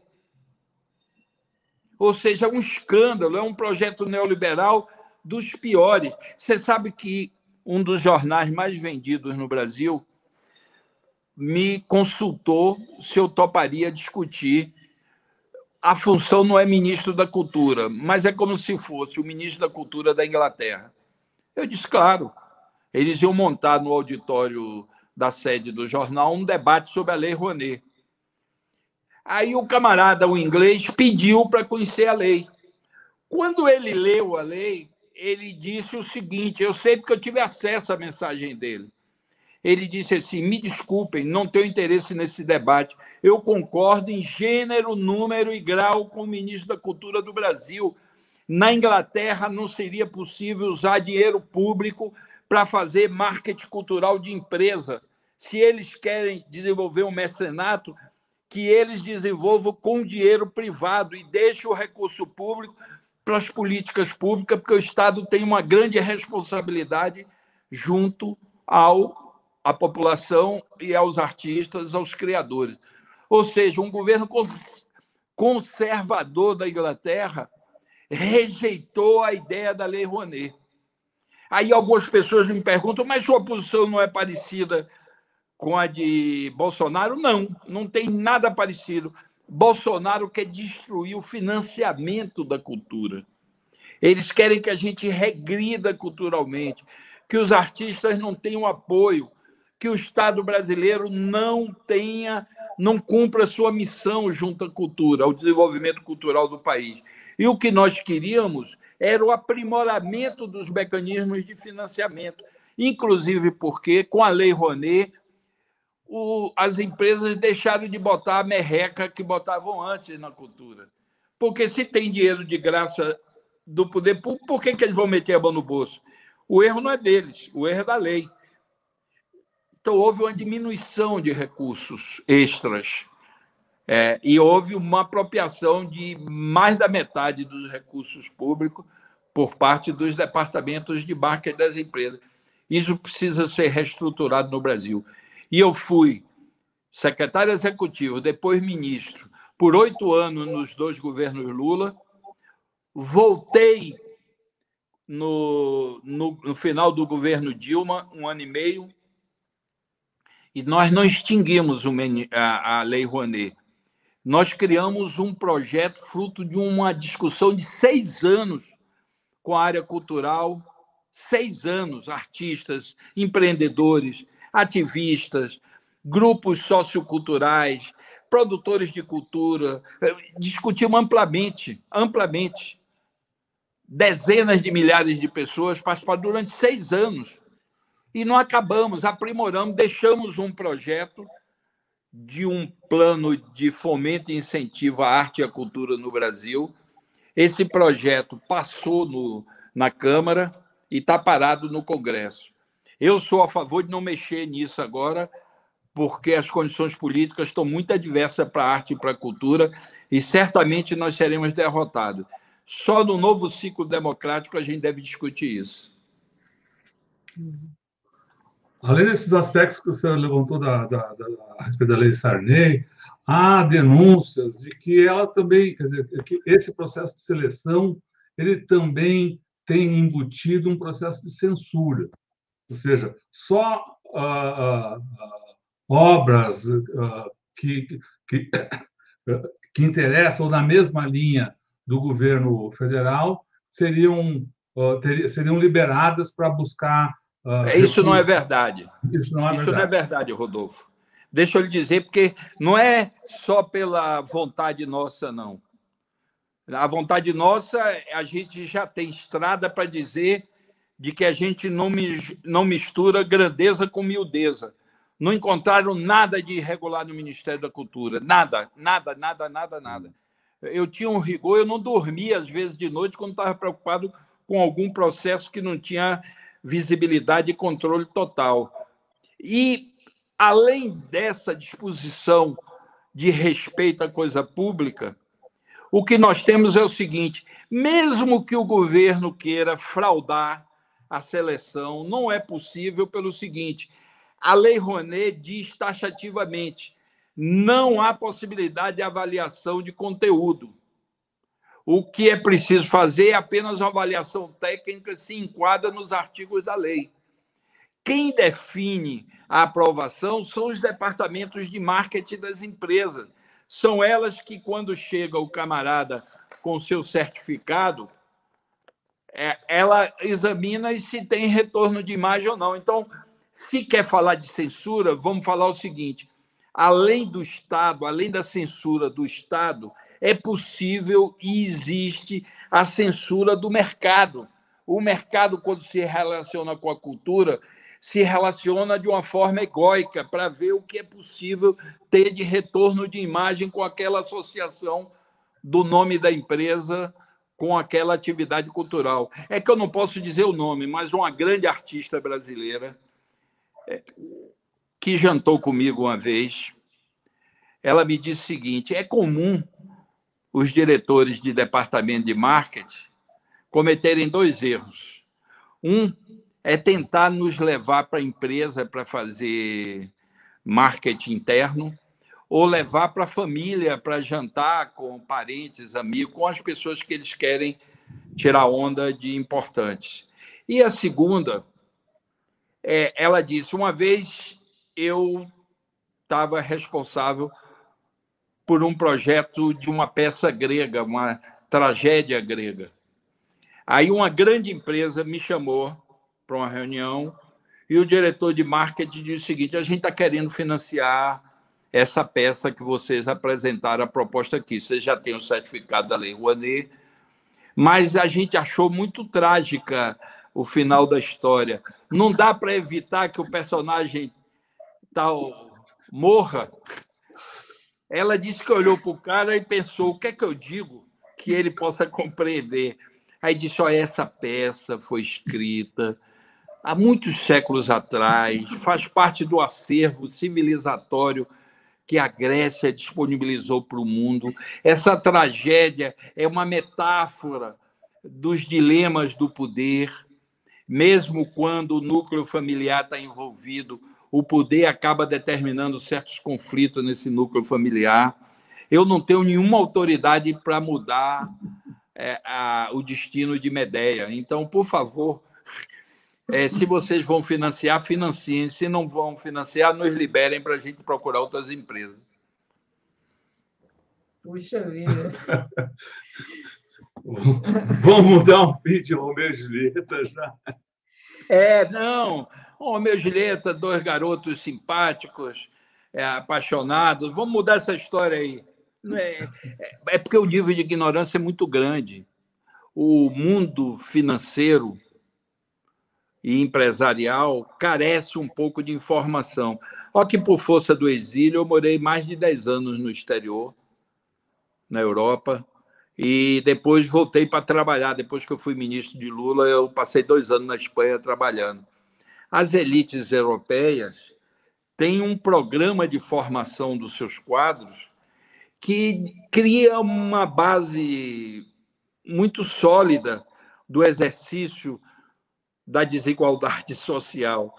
Ou seja, é um escândalo, é um projeto neoliberal dos piores. Você sabe que um dos jornais mais vendidos no Brasil me consultou se eu toparia discutir. A função não é ministro da Cultura, mas é como se fosse o ministro da Cultura da Inglaterra. Eu disse, claro. Eles iam montar no auditório da sede do jornal um debate sobre a Lei Rouanet. Aí o camarada, o inglês, pediu para conhecer a lei. Quando ele leu a lei, ele disse o seguinte, eu sei porque eu tive acesso à mensagem dele. Ele disse assim, me desculpem, não tenho interesse nesse debate. Eu concordo em gênero, número e grau com o ministro da Cultura do Brasil. Na Inglaterra não seria possível usar dinheiro público para fazer marketing cultural de empresa. Se eles querem desenvolver um mecenato, que eles desenvolvam com dinheiro privado e deixem o recurso público para as políticas públicas, porque o Estado tem uma grande responsabilidade junto à população e aos artistas, aos criadores. Ou seja, um governo conservador da Inglaterra rejeitou a ideia da Lei Rouanet. Aí algumas pessoas me perguntam, mas sua posição não é parecida com a de Bolsonaro? Não, não tem nada parecido. Bolsonaro quer destruir o financiamento da cultura. Eles querem que a gente regrida culturalmente, que os artistas não tenham apoio, que o Estado brasileiro não cumpra a sua missão junto à cultura, ao desenvolvimento cultural do país. E o que nós queríamos era o aprimoramento dos mecanismos de financiamento, inclusive porque, com a Lei Rouanet, as empresas deixaram de botar a merreca que botavam antes na cultura. Porque se tem dinheiro de graça do poder público, por que eles vão meter a mão no bolso? O erro não é deles, o erro é da lei. Então, houve uma diminuição de recursos extras e houve uma apropriação de mais da metade dos recursos públicos por parte dos departamentos de marketing das empresas. Isso precisa ser reestruturado no Brasil. E eu fui secretário executivo, depois ministro, por 8 anos nos 2 governos Lula, voltei no final do governo Dilma, 1 ano e meio, e nós não extinguimos a Lei Rouanet. Nós criamos um projeto fruto de uma discussão de 6 anos com a área cultural, 6 anos, artistas, empreendedores, ativistas, grupos socioculturais, produtores de cultura, discutimos amplamente. Dezenas de milhares de pessoas participaram durante 6 anos. E não acabamos, aprimoramos, deixamos um projeto de um plano de fomento e incentivo à arte e à cultura no Brasil. Esse projeto passou na Câmara e está parado no Congresso. Eu sou a favor de não mexer nisso agora, porque as condições políticas estão muito adversas para a arte e para a cultura, e certamente nós seremos derrotados. Só no novo ciclo democrático a gente deve discutir isso. Além desses aspectos que o senhor levantou a respeito da Lei Sarney, há denúncias de que ela também, quer dizer, que esse processo de seleção ele também tem embutido um processo de censura. Ou seja, só obras que interessam ou na mesma linha do governo federal seriam liberadas para buscar... Isso não é verdade. Isso não é Isso verdade. não é verdade, Rodolfo. Deixa eu lhe dizer, porque não é só pela vontade nossa, não. A vontade nossa, a gente já tem estrada para dizer de que a gente não mistura grandeza com miudeza. Não encontraram nada de irregular no Ministério da Cultura. Nada, nada, nada, nada, nada. Eu tinha um rigor, eu não dormia, às vezes, de noite, quando estava preocupado com algum processo que não tinha visibilidade e controle total. E, além dessa disposição de respeito à coisa pública, o que nós temos é o seguinte: mesmo que o governo queira fraudar a seleção, não é possível pelo seguinte: a Lei Rouanet diz taxativamente, não há possibilidade de avaliação de conteúdo. O que é preciso fazer é apenas uma avaliação técnica que se enquadra nos artigos da lei. Quem define a aprovação são os departamentos de marketing das empresas. São elas que, quando chega o camarada com seu certificado, ela examina e se tem retorno de imagem ou não. Então, se quer falar de censura, vamos falar o seguinte: além do Estado, além da censura do Estado, é possível e existe a censura do mercado. O mercado, quando se relaciona com a cultura, se relaciona de uma forma egóica para ver o que é possível ter de retorno de imagem com aquela associação do nome da empresa com aquela atividade cultural. É que eu não posso dizer o nome, mas uma grande artista brasileira que jantou comigo uma vez, ela me disse o seguinte: é comum os diretores de departamento de marketing cometerem dois erros. Um é tentar nos levar para a empresa para fazer marketing interno, ou levar para a família para jantar com parentes, amigos, com as pessoas que eles querem tirar onda de importantes. E a segunda, ela disse: uma vez eu estava responsável por um projeto de uma peça grega, uma tragédia grega. Aí uma grande empresa me chamou para uma reunião e o diretor de marketing disse o seguinte: a gente está querendo financiar essa peça que vocês apresentaram a proposta aqui. Vocês já têm o certificado da Lei Rouanet, mas a gente achou muito trágica o final da história. Não dá para evitar que o personagem tal morra. Ela disse que olhou para o cara e pensou: o que é que eu digo que ele possa compreender? Aí disse: olha, essa peça foi escrita há muitos séculos atrás, faz parte do acervo civilizatório que a Grécia disponibilizou para o mundo. Essa tragédia é uma metáfora dos dilemas do poder. Mesmo quando o núcleo familiar está envolvido, o poder acaba determinando certos conflitos nesse núcleo familiar. Eu não tenho nenhuma autoridade para mudar o destino de Medea. Então, por favor, se vocês vão financiar, financiem. Se não vão financiar, nos liberem para a gente procurar outras empresas. Puxa vida. Vamos dar um fim de Romeu e Julieta já. Não. Romeu e Julieta, dois garotos simpáticos, apaixonados. Vamos mudar essa história aí. É porque o nível de ignorância é muito grande. O mundo financeiro e empresarial carece um pouco de informação. Olha que, por força do exílio, eu morei mais de 10 anos no exterior, na Europa, e depois voltei para trabalhar. Depois que eu fui ministro de Lula, eu passei 2 anos na Espanha trabalhando. As elites europeias têm um programa de formação dos seus quadros que cria uma base muito sólida do exercício da desigualdade social.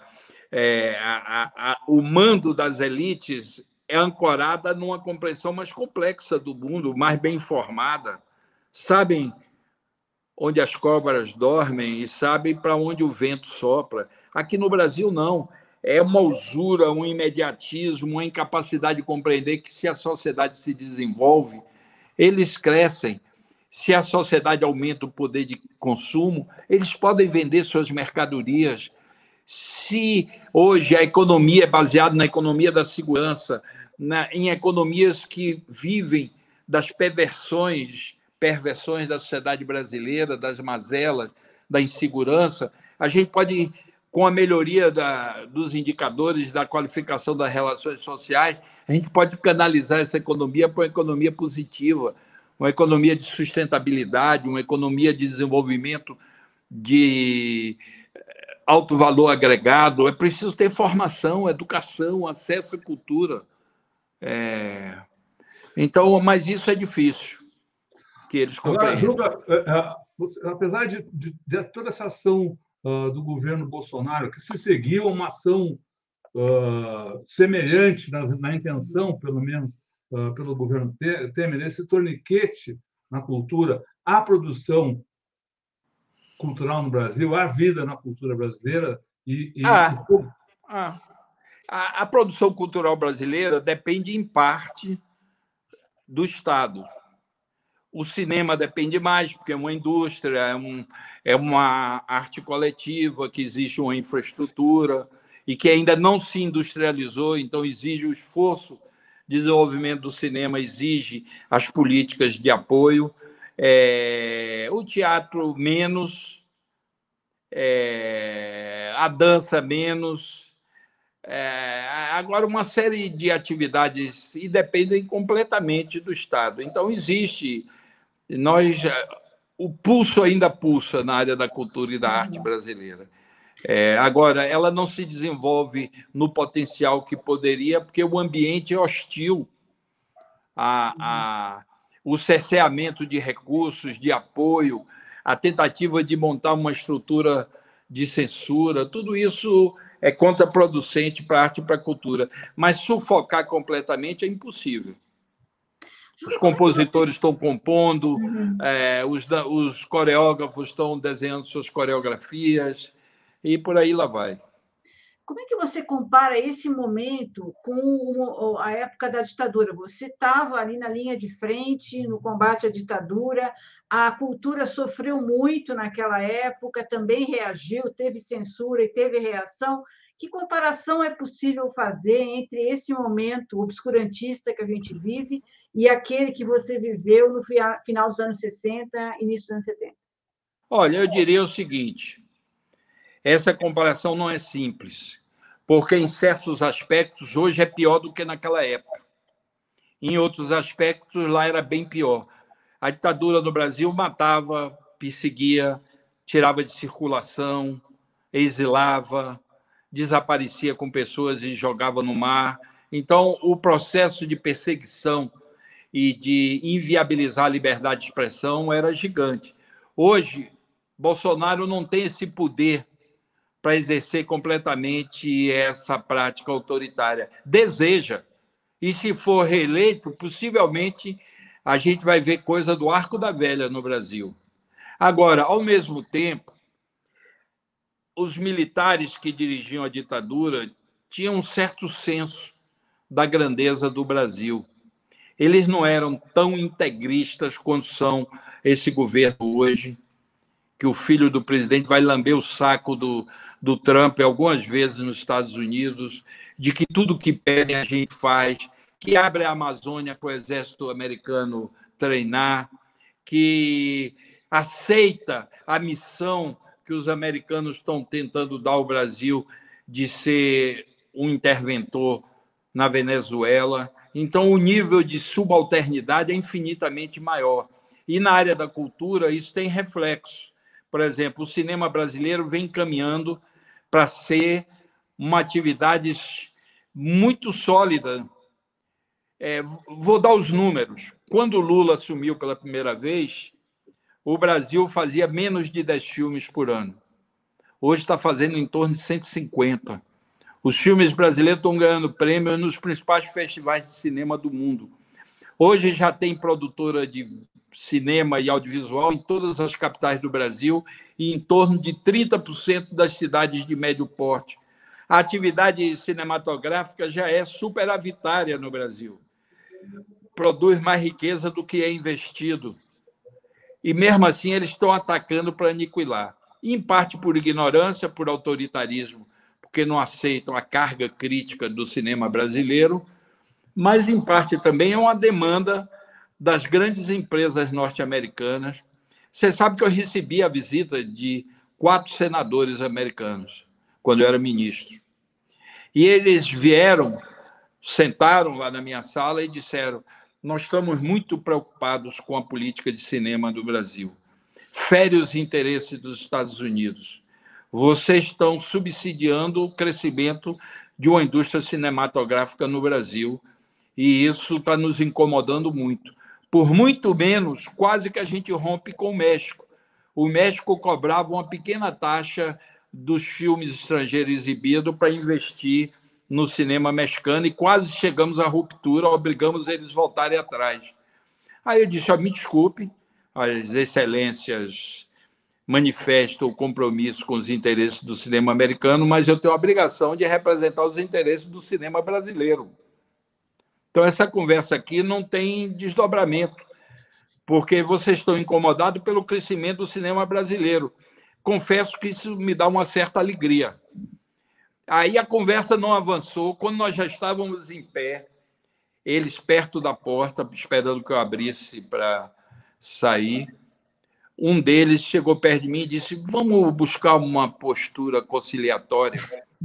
O mando das elites é ancorada numa compreensão mais complexa do mundo, mais bem informada. Sabem onde as cobras dormem e sabem para onde o vento sopra. Aqui no Brasil, não. É uma usura, um imediatismo, uma incapacidade de compreender que, se a sociedade se desenvolve, eles crescem. se a sociedade aumenta o poder de consumo, eles podem vender suas mercadorias. Se hoje a economia é baseada na economia da segurança, em economias que vivem das perversões da sociedade brasileira, das mazelas, da insegurança, a gente pode, com a melhoria dos indicadores da qualificação das relações sociais, a gente pode canalizar essa economia para uma economia positiva, uma economia de sustentabilidade, uma economia de desenvolvimento de alto valor agregado. É preciso ter formação, educação, acesso à cultura. Então, mas isso é difícil que eles compreendam. Agora, Juca, apesar de toda essa ação do governo Bolsonaro, que se seguiu uma ação semelhante na intenção, pelo menos, pelo governo Temer, esse torniquete na cultura, a produção cultural no Brasil, a vida na cultura brasileira A produção cultural brasileira depende, em parte, do Estado. O cinema depende mais, porque é uma indústria, é uma arte coletiva, que exige uma infraestrutura e que ainda não se industrializou, então exige o esforço de desenvolvimento do cinema, exige as políticas de apoio. O teatro, menos, a dança, menos. Agora, uma série de atividades e dependem completamente do Estado. Então, existe... o pulso ainda pulsa na área da cultura e da arte brasileira. Agora, ela não se desenvolve no potencial que poderia, porque o ambiente é hostil o cerceamento de recursos, de apoio, a tentativa de montar uma estrutura de censura, tudo isso é contraproducente para a arte e para a cultura. Mas sufocar completamente é impossível. Os compositores estão compondo, os coreógrafos estão desenhando suas coreografias, e por aí lá vai. Como é que você compara esse momento com a época da ditadura? Você estava ali na linha de frente, no combate à ditadura, a cultura sofreu muito naquela época, também reagiu, teve censura e teve reação. Que comparação é possível fazer entre esse momento obscurantista que a gente vive e aquele que você viveu no final dos anos 60, início dos anos 70? Olha, eu diria o seguinte: essa comparação não é simples, porque, em certos aspectos, hoje é pior do que naquela época. Em outros aspectos, lá era bem pior. A ditadura no Brasil matava, perseguia, tirava de circulação, exilava, desaparecia com pessoas e jogava no mar. Então, o processo de perseguição e de inviabilizar a liberdade de expressão era gigante. Hoje, Bolsonaro não tem esse poder para exercer completamente essa prática autoritária. Deseja. E, se for reeleito, possivelmente a gente vai ver coisa do Arco da Velha no Brasil. Agora, ao mesmo tempo, os militares que dirigiam a ditadura tinham um certo senso da grandeza do Brasil. Eles não eram tão integristas quanto são esse governo hoje, que o filho do presidente vai lamber o saco do Trump algumas vezes nos Estados Unidos, de que tudo que pedem a gente faz, que abre a Amazônia para o exército americano treinar, que aceita a missão que os americanos estão tentando dar ao Brasil de ser um interventor na Venezuela. Então, o nível de subalternidade é infinitamente maior. E, na área da cultura, isso tem reflexo. Por exemplo, o cinema brasileiro vem caminhando para ser uma atividade muito sólida. Vou dar os números. Quando o Lula assumiu pela primeira vez, o Brasil fazia menos de 10 filmes por ano. Hoje está fazendo em torno de 150. Os filmes brasileiros estão ganhando prêmios nos principais festivais de cinema do mundo. Hoje já tem produtora de cinema e audiovisual em todas as capitais do Brasil e em torno de 30% das cidades de médio porte. A atividade cinematográfica já é superavitária no Brasil. Produz mais riqueza do que é investido. e mesmo assim eles estão atacando para aniquilar. Em parte por ignorância, por autoritarismo, porque não aceitam a carga crítica do cinema brasileiro, mas em parte também é uma demanda das grandes empresas norte-americanas. Você sabe que eu recebi a visita de 4 senadores americanos, quando eu era ministro. E eles vieram, sentaram lá na minha sala e disseram: nós estamos muito preocupados com a política de cinema do Brasil. Fere os interesses dos Estados Unidos. Vocês estão subsidiando o crescimento de uma indústria cinematográfica no Brasil e isso está nos incomodando muito. Por muito menos, quase que a gente rompe com o México. O México cobrava uma pequena taxa dos filmes estrangeiros exibidos para investir no cinema mexicano e quase chegamos à ruptura, obrigamos eles a voltarem atrás. Aí eu disse: me desculpe, as excelências manifestam o compromisso com os interesses do cinema americano, mas eu tenho a obrigação de representar os interesses do cinema brasileiro. Então, essa conversa aqui não tem desdobramento, porque vocês estão incomodados pelo crescimento do cinema brasileiro. Confesso que isso me dá uma certa alegria. Aí a conversa não avançou. Quando nós já estávamos em pé, eles perto da porta, esperando que eu abrisse para sair, um deles chegou perto de mim e disse: vamos buscar uma postura conciliatória.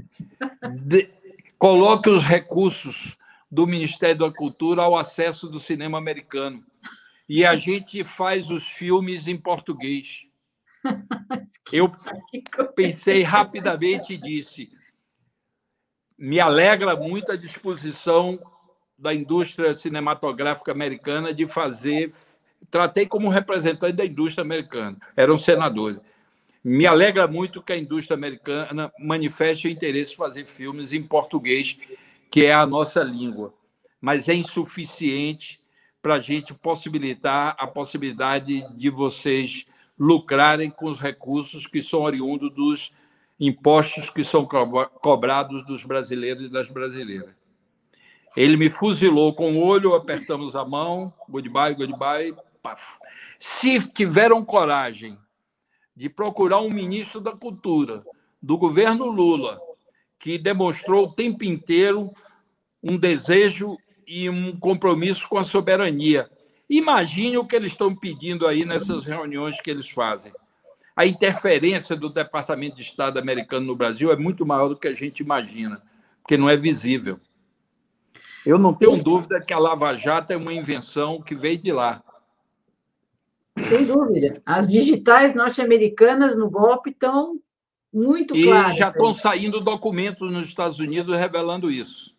Coloque os recursos do Ministério da Cultura ao acesso do cinema americano. E a gente faz os filmes em português. Eu pensei rapidamente e disse: me alegra muito a disposição da indústria cinematográfica americana de fazer... Tratei como representante da indústria americana, eram senadores. Me alegra muito que a indústria americana manifeste o interesse em fazer filmes em português, que é a nossa língua, mas é insuficiente para a gente possibilitar a possibilidade de vocês lucrarem com os recursos que são oriundos dos impostos que são cobrados dos brasileiros e das brasileiras. Ele me fuzilou com o olho, apertamos a mão, goodbye, goodbye, paf. Se tiveram coragem de procurar um ministro da Cultura do governo Lula, que demonstrou o tempo inteiro um desejo e um compromisso com a soberania, imagine o que eles estão pedindo aí nessas reuniões que eles fazem. A interferência do Departamento de Estado americano no Brasil é muito maior do que a gente imagina, porque não é visível. Eu não tenho dúvida que a Lava Jato é uma invenção que veio de lá. Sem dúvida. As digitais norte-americanas no golpe estão muito claras. E já estão saindo documentos nos Estados Unidos revelando isso.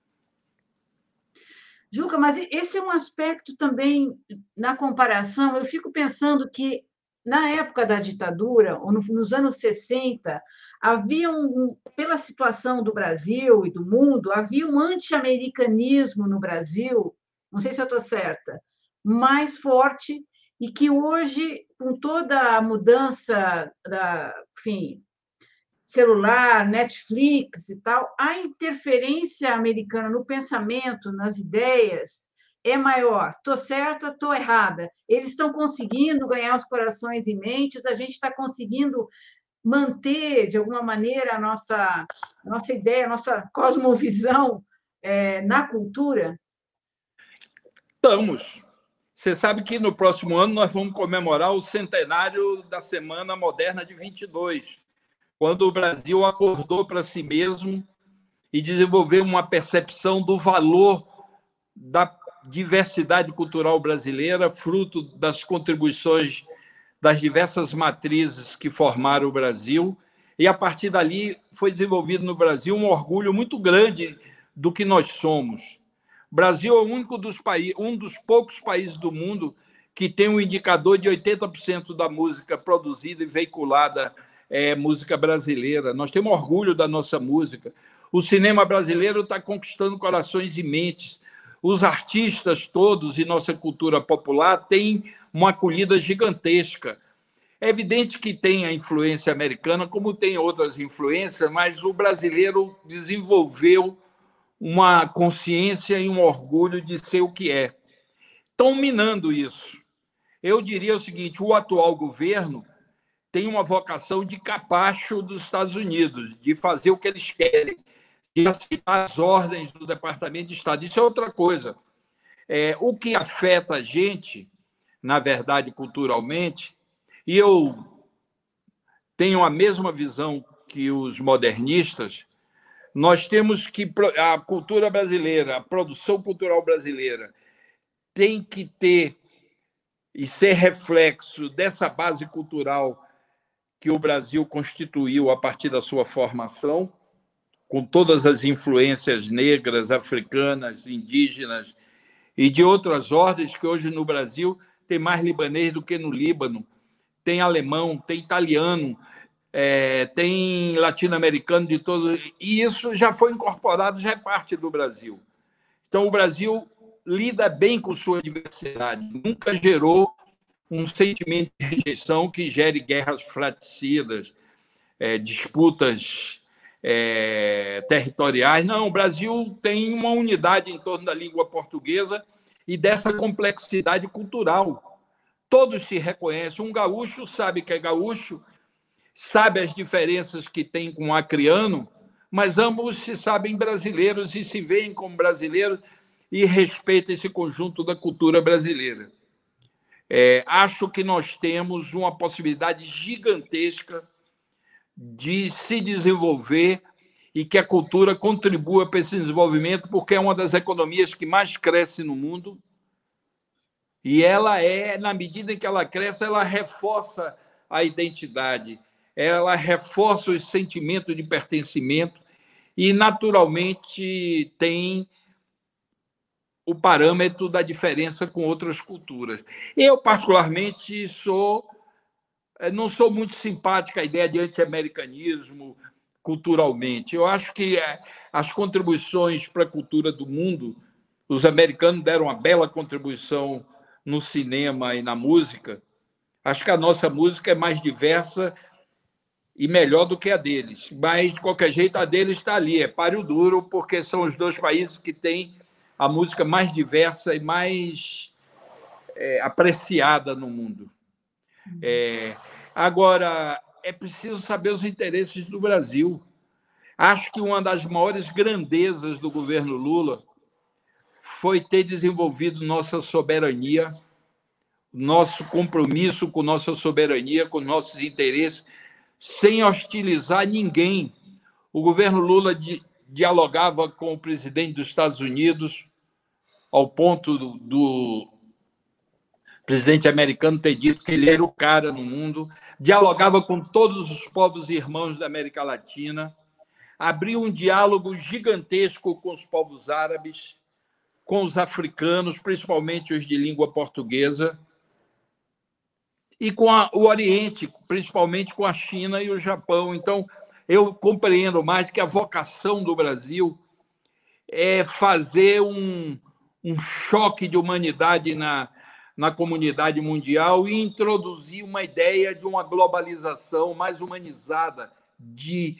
Juca, mas esse é um aspecto também, na comparação, eu fico pensando que, na época da ditadura, ou nos anos 60, havia pela situação do Brasil e do mundo, havia um anti-americanismo no Brasil, não sei se eu estou certa, mais forte, e que hoje, com toda a mudança enfim, celular, Netflix e tal, a interferência americana no pensamento, nas ideias, é maior. Estou certa, estou errada. Eles estão conseguindo ganhar os corações e mentes, a gente está conseguindo manter, de alguma maneira, a nossa ideia, a nossa cosmovisão na cultura? Estamos. Você sabe que no próximo ano nós vamos comemorar o centenário da Semana Moderna de 22, quando o Brasil acordou para si mesmo e desenvolveu uma percepção do valor da diversidade cultural brasileira, fruto das contribuições das diversas matrizes que formaram o Brasil, e, a partir dali, foi desenvolvido no Brasil um orgulho muito grande do que nós somos. O Brasil é um dos poucos países do mundo que tem um indicador de 80% da música produzida e veiculada música brasileira. Nós temos orgulho da nossa música. O cinema brasileiro está conquistando corações e mentes. Os artistas todos e nossa cultura popular têm uma acolhida gigantesca. É evidente que tem a influência americana, como tem outras influências, mas o brasileiro desenvolveu uma consciência e um orgulho de ser o que é. Estão minando isso. Eu diria o seguinte: o atual governo tem uma vocação de capacho dos Estados Unidos, de fazer o que eles querem, de aceitar as ordens do Departamento de Estado. Isso é outra coisa. O que afeta a gente, na verdade, culturalmente, e eu tenho a mesma visão que os modernistas, nós temos que... A cultura brasileira, a produção cultural brasileira tem que ter e ser reflexo dessa base cultural que o Brasil constituiu a partir da sua formação, com todas as influências negras, africanas, indígenas e de outras ordens, que hoje no Brasil tem mais libanês do que no Líbano, tem alemão, tem italiano, tem latino-americano de todos, e isso já foi incorporado, já é parte do Brasil. Então, o Brasil lida bem com sua diversidade, nunca gerou um sentimento de rejeição que gere guerras fratricidas, disputas territoriais. Não, o Brasil tem uma unidade em torno da língua portuguesa e dessa complexidade cultural. Todos se reconhecem. Um gaúcho sabe que é gaúcho, sabe as diferenças que tem com o acreano, mas ambos se sabem brasileiros e se veem como brasileiros e respeitam esse conjunto da cultura brasileira. Acho que nós temos uma possibilidade gigantesca de se desenvolver e que a cultura contribua para esse desenvolvimento, porque é uma das economias que mais cresce no mundo e ela na medida em que ela cresce, ela reforça a identidade, ela reforça o sentimento de pertencimento e, naturalmente, tem o parâmetro da diferença com outras culturas. Eu, particularmente, não sou muito simpática à ideia de anti-americanismo culturalmente. Eu acho que as contribuições para a cultura do mundo, os americanos deram uma bela contribuição no cinema e na música. Acho que a nossa música é mais diversa e melhor do que a deles, mas, de qualquer jeito, a deles está ali, é páreo duro, porque são os dois países que têm a música mais diversa e mais apreciada no mundo. Agora, é preciso saber os interesses do Brasil. Acho que uma das maiores grandezas do governo Lula foi ter desenvolvido nossa soberania, nosso compromisso com nossa soberania, com nossos interesses, sem hostilizar ninguém. O governo Lula dialogava com o presidente dos Estados Unidos, ao ponto do presidente americano ter dito que ele era o cara no mundo, dialogava com todos os povos irmãos da América Latina, abriu um diálogo gigantesco com os povos árabes, com os africanos, principalmente os de língua portuguesa, e com o Oriente, principalmente com a China e o Japão. Então, eu compreendo mais que a vocação do Brasil é fazer um choque de humanidade na comunidade mundial e introduzir uma ideia de uma globalização mais humanizada, de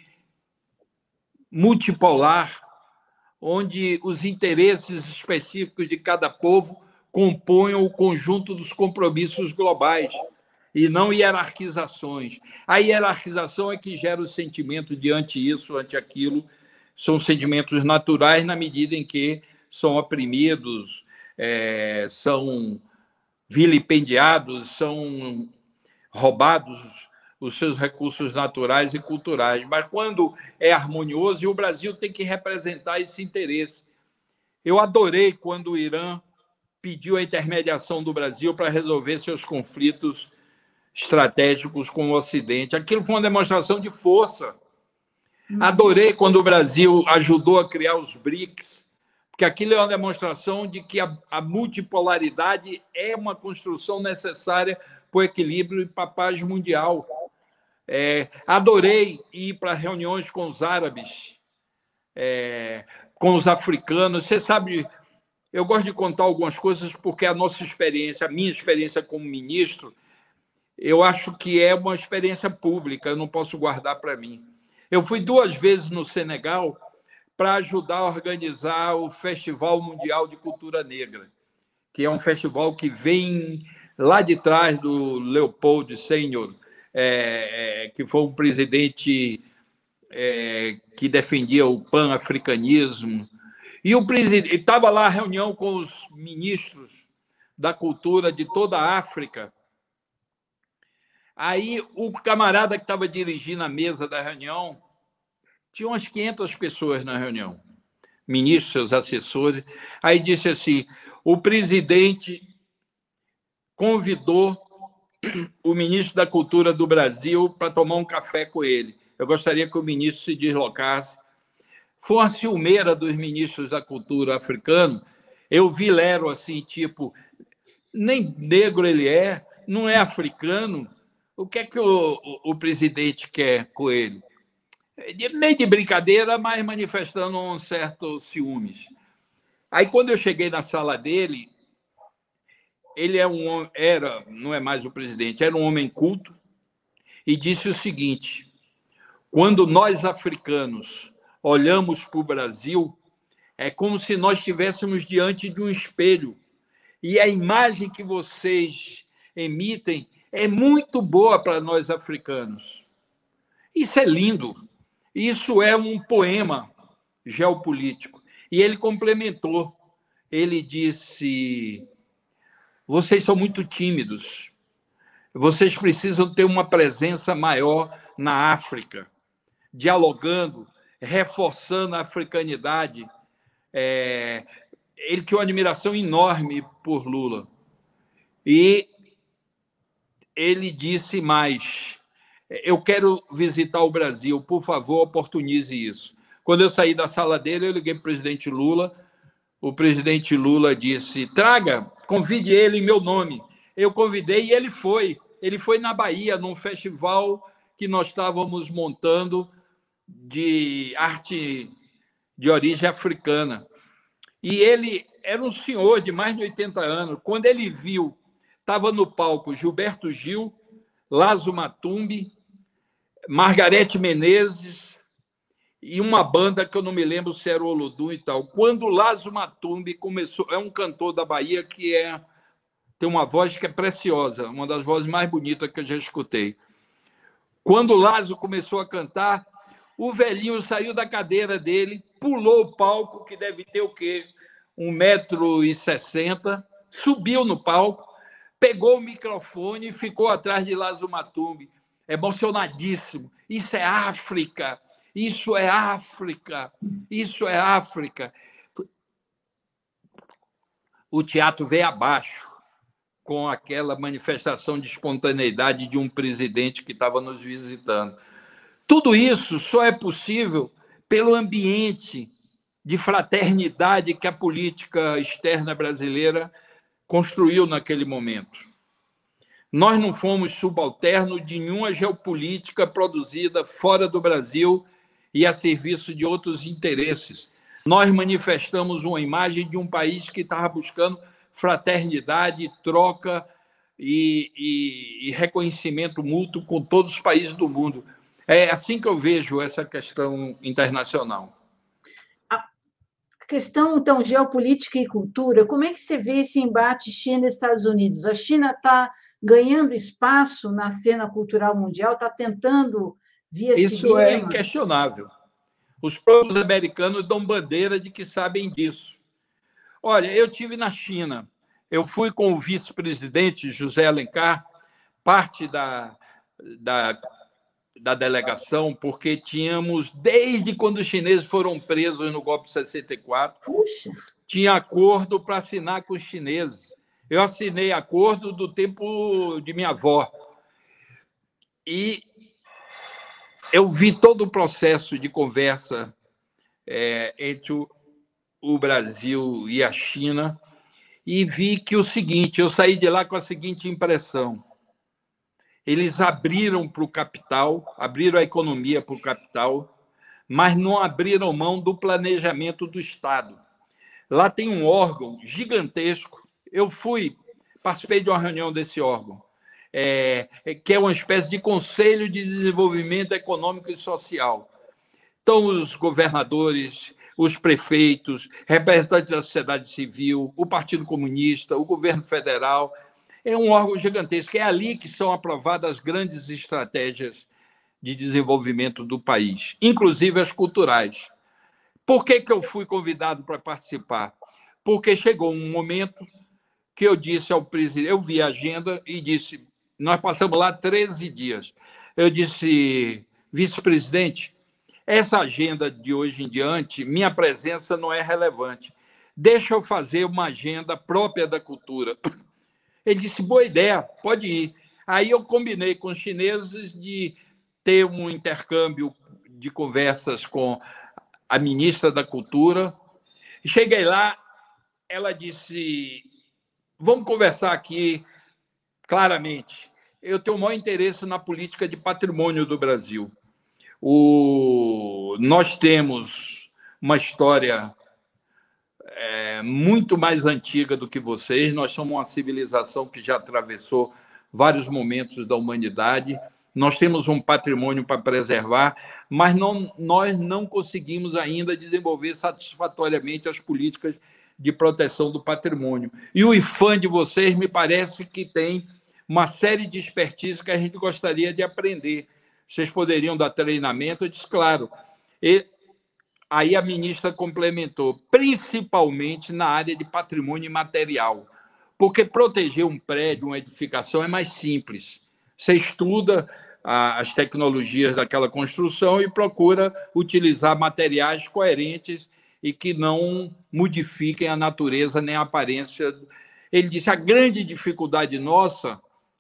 multipolar, onde os interesses específicos de cada povo componham o conjunto dos compromissos globais e não hierarquizações. A hierarquização é que gera o sentimento de ante isso, ante aquilo. São sentimentos naturais na medida em que são oprimidos, são vilipendiados, são roubados os seus recursos naturais e culturais. Mas, quando é harmonioso, e o Brasil tem que representar esse interesse. Eu adorei quando o Irã pediu a intermediação do Brasil para resolver seus conflitos estratégicos com o Ocidente. Aquilo foi uma demonstração de força. Adorei quando o Brasil ajudou a criar os BRICS, porque aquilo é uma demonstração de que a multipolaridade é uma construção necessária para o equilíbrio e para a paz mundial. Adorei ir para reuniões com os árabes, com os africanos. Você sabe, eu gosto de contar algumas coisas porque a nossa experiência, a minha experiência como ministro, eu acho que é uma experiência pública, eu não posso guardar para mim. Eu fui 2 vezes no Senegal para ajudar a organizar o Festival Mundial de Cultura Negra, que é um festival que vem lá de trás do Leopold Sênior, que foi um presidente que defendia o pan-africanismo. E o presidente estava lá a reunião com os ministros da cultura de toda a África. Aí o camarada que estava dirigindo a mesa da reunião, tinha umas 500 pessoas na reunião, ministros, seus assessores. Aí disse assim: o presidente convidou o ministro da Cultura do Brasil para tomar um café com ele. Eu gostaria que o ministro se deslocasse. Foi uma ciumeira dos ministros da cultura africanos. Eu vi Lero assim, tipo, nem negro ele é, não é africano. O que é que o presidente quer com ele? Meio de brincadeira, mas manifestando um certo ciúmes. Aí, quando eu cheguei na sala dele, ele não é mais o presidente, era um homem culto, e disse o seguinte: quando nós, africanos, olhamos para o Brasil, é como se nós estivéssemos diante de um espelho, e a imagem que vocês emitem é muito boa para nós, africanos. Isso é lindo. Isso é um poema geopolítico. E ele complementou. Ele disse: vocês são muito tímidos. Vocês precisam ter uma presença maior na África, dialogando, reforçando a africanidade. Ele tinha uma admiração enorme por Lula. E ele disse mais: eu quero visitar o Brasil, por favor, oportunize isso. Quando eu saí da sala dele, eu liguei para o presidente Lula. O presidente Lula disse: traga, convide ele em meu nome. Eu convidei e ele foi. Ele foi na Bahia, num festival que nós estávamos montando de arte de origem africana. E ele era um senhor de mais de 80 anos. Quando ele viu, estava no palco Gilberto Gil, Lazo Matumbi, Margarete Menezes e uma banda que eu não me lembro se era o Olodum e tal. Quando Lazo Matumbi começou, é um cantor da Bahia que tem uma voz que é preciosa, uma das vozes mais bonitas que eu já escutei. Quando Lazo começou a cantar, o velhinho saiu da cadeira dele, pulou o palco, que deve ter o quê? 1,60 m, subiu no palco, pegou o microfone e ficou atrás de Lazo Matumbi, emocionadíssimo. Isso é África, isso é África, isso é África. O teatro veio abaixo com aquela manifestação de espontaneidade de um presidente que estava nos visitando. Tudo isso só é possível pelo ambiente de fraternidade que a política externa brasileira construiu naquele momento. Nós não fomos subalternos de nenhuma geopolítica produzida fora do Brasil e a serviço de outros interesses. Nós manifestamos uma imagem de um país que estava buscando fraternidade, troca e reconhecimento mútuo com todos os países do mundo. É assim que eu vejo essa questão internacional. A questão, então, geopolítica e cultura, como é que você vê esse embate China e Estados Unidos? A China está ganhando espaço na cena cultural mundial, está tentando via Isso cinema? É inquestionável. Os próprios americanos dão bandeira de que sabem disso. Olha, eu estive na China. Eu fui com o vice-presidente José Alencar, parte da delegação, porque tínhamos, desde quando os chineses foram presos no golpe de 64, Puxa. Tinha acordo para assinar com os chineses. Eu assinei acordo do tempo de minha avó. E eu vi todo o processo de conversa entre o Brasil e a China e vi que o seguinte, eu saí de lá com a seguinte impressão: eles abriram para o capital, abriram a economia para o capital, mas não abriram mão do planejamento do Estado. Lá tem um órgão gigantesco. Eu participei de uma reunião desse órgão, que é uma espécie de Conselho de Desenvolvimento Econômico e Social. Então, os governadores, os prefeitos, representantes da sociedade civil, o Partido Comunista, o governo federal, É um órgão gigantesco. É ali que são aprovadas as grandes estratégias de desenvolvimento do país, inclusive as culturais. Por que eu fui convidado para participar? Porque chegou um momento que eu disse ao presidente, eu vi a agenda e disse, nós passamos lá 13 dias. Eu disse, vice-presidente, essa agenda de hoje em diante, minha presença não é relevante. Deixa eu fazer uma agenda própria da cultura. Ele disse, boa ideia, pode ir. Aí eu combinei com os chineses de ter um intercâmbio de conversas com a ministra da Cultura. Cheguei lá, ela disse, vamos conversar aqui claramente. Eu tenho o maior interesse na política de patrimônio do Brasil. Nós temos uma história muito mais antiga do que vocês. Nós somos uma civilização que já atravessou vários momentos da humanidade. Nós temos um patrimônio para preservar, mas nós não conseguimos ainda desenvolver satisfatoriamente as políticas de proteção do patrimônio. E o IPHAN de vocês me parece que tem uma série de expertise que a gente gostaria de aprender. Vocês poderiam dar treinamento? Eu disse, claro. E aí a ministra complementou, principalmente na área de patrimônio imaterial, porque proteger um prédio, uma edificação, é mais simples. Você estuda as tecnologias daquela construção e procura utilizar materiais coerentes e que não modifiquem a natureza nem a aparência. Ele disse, a grande dificuldade nossa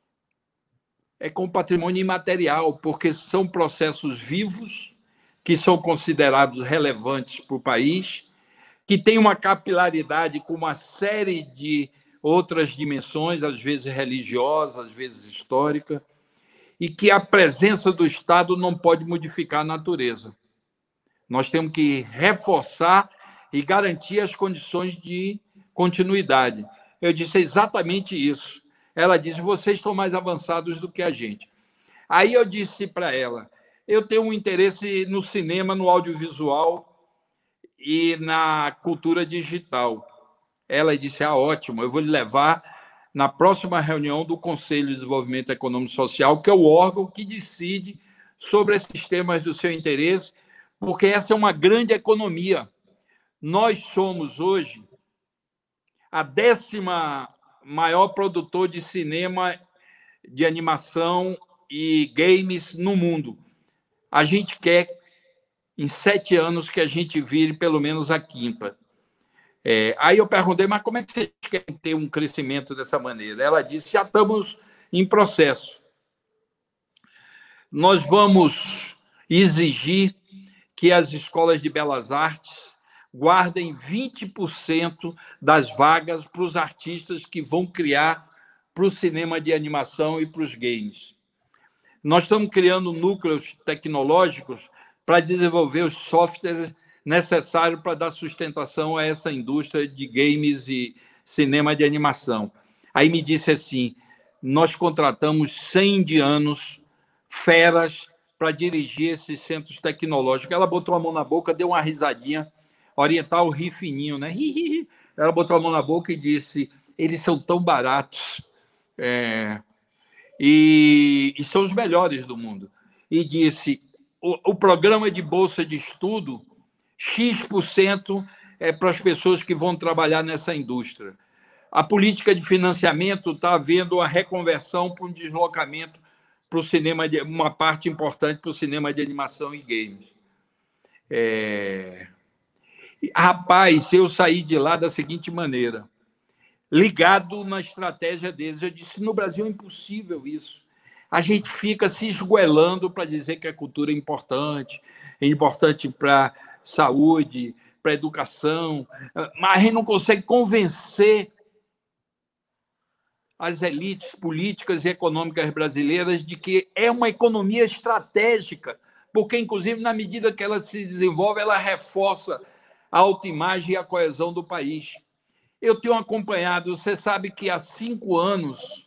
é com o patrimônio imaterial, porque são processos vivos, que são considerados relevantes para o país, que têm uma capilaridade com uma série de outras dimensões, às vezes religiosas, às vezes histórica, e que a presença do Estado não pode modificar a natureza. Nós temos que reforçar e garantir as condições de continuidade. Eu disse exatamente isso. Ela disse, vocês estão mais avançados do que a gente. Aí eu disse para ela, eu tenho um interesse no cinema, no audiovisual e na cultura digital. Ela disse, ótimo, eu vou lhe levar na próxima reunião do Conselho de Desenvolvimento Econômico e Social, que é o órgão que decide sobre esses temas do seu interesse, porque essa é uma grande economia. Nós somos, hoje, a 10ª maior produtor de cinema, de animação e games no mundo. A gente quer, em 7 anos, que a gente vire pelo menos a 5ª. Aí eu perguntei, mas como é que vocês querem ter um crescimento dessa maneira? Ela disse, já estamos em processo. Nós vamos exigir que as escolas de belas artes guardem 20% das vagas para os artistas que vão criar para o cinema de animação e para os games. Nós estamos criando núcleos tecnológicos para desenvolver os softwares necessários para dar sustentação a essa indústria de games e cinema de animação. Aí me disse assim, nós contratamos 100 indianos, feras, para dirigir esses centros tecnológicos. Ela botou a mão na boca, deu uma risadinha, oriental ri fininho, né? Ela botou a mão na boca e disse, eles são tão baratos, e são os melhores do mundo. E disse, o programa de bolsa de estudo, X% é para as pessoas que vão trabalhar nessa indústria. A política de financiamento está havendo a reconversão para um deslocamento para o cinema, uma parte importante para o cinema de animação e games. Rapaz, eu saí de lá da seguinte maneira, ligado na estratégia deles. Eu disse, no Brasil é impossível isso. A gente fica se esgoelando para dizer que a cultura é importante para a saúde, para a educação, mas a gente não consegue convencer as elites políticas e econômicas brasileiras de que é uma economia estratégica, porque, inclusive, na medida que ela se desenvolve, ela reforça a autoimagem e a coesão do país. Eu tenho acompanhado, você sabe que há 5 anos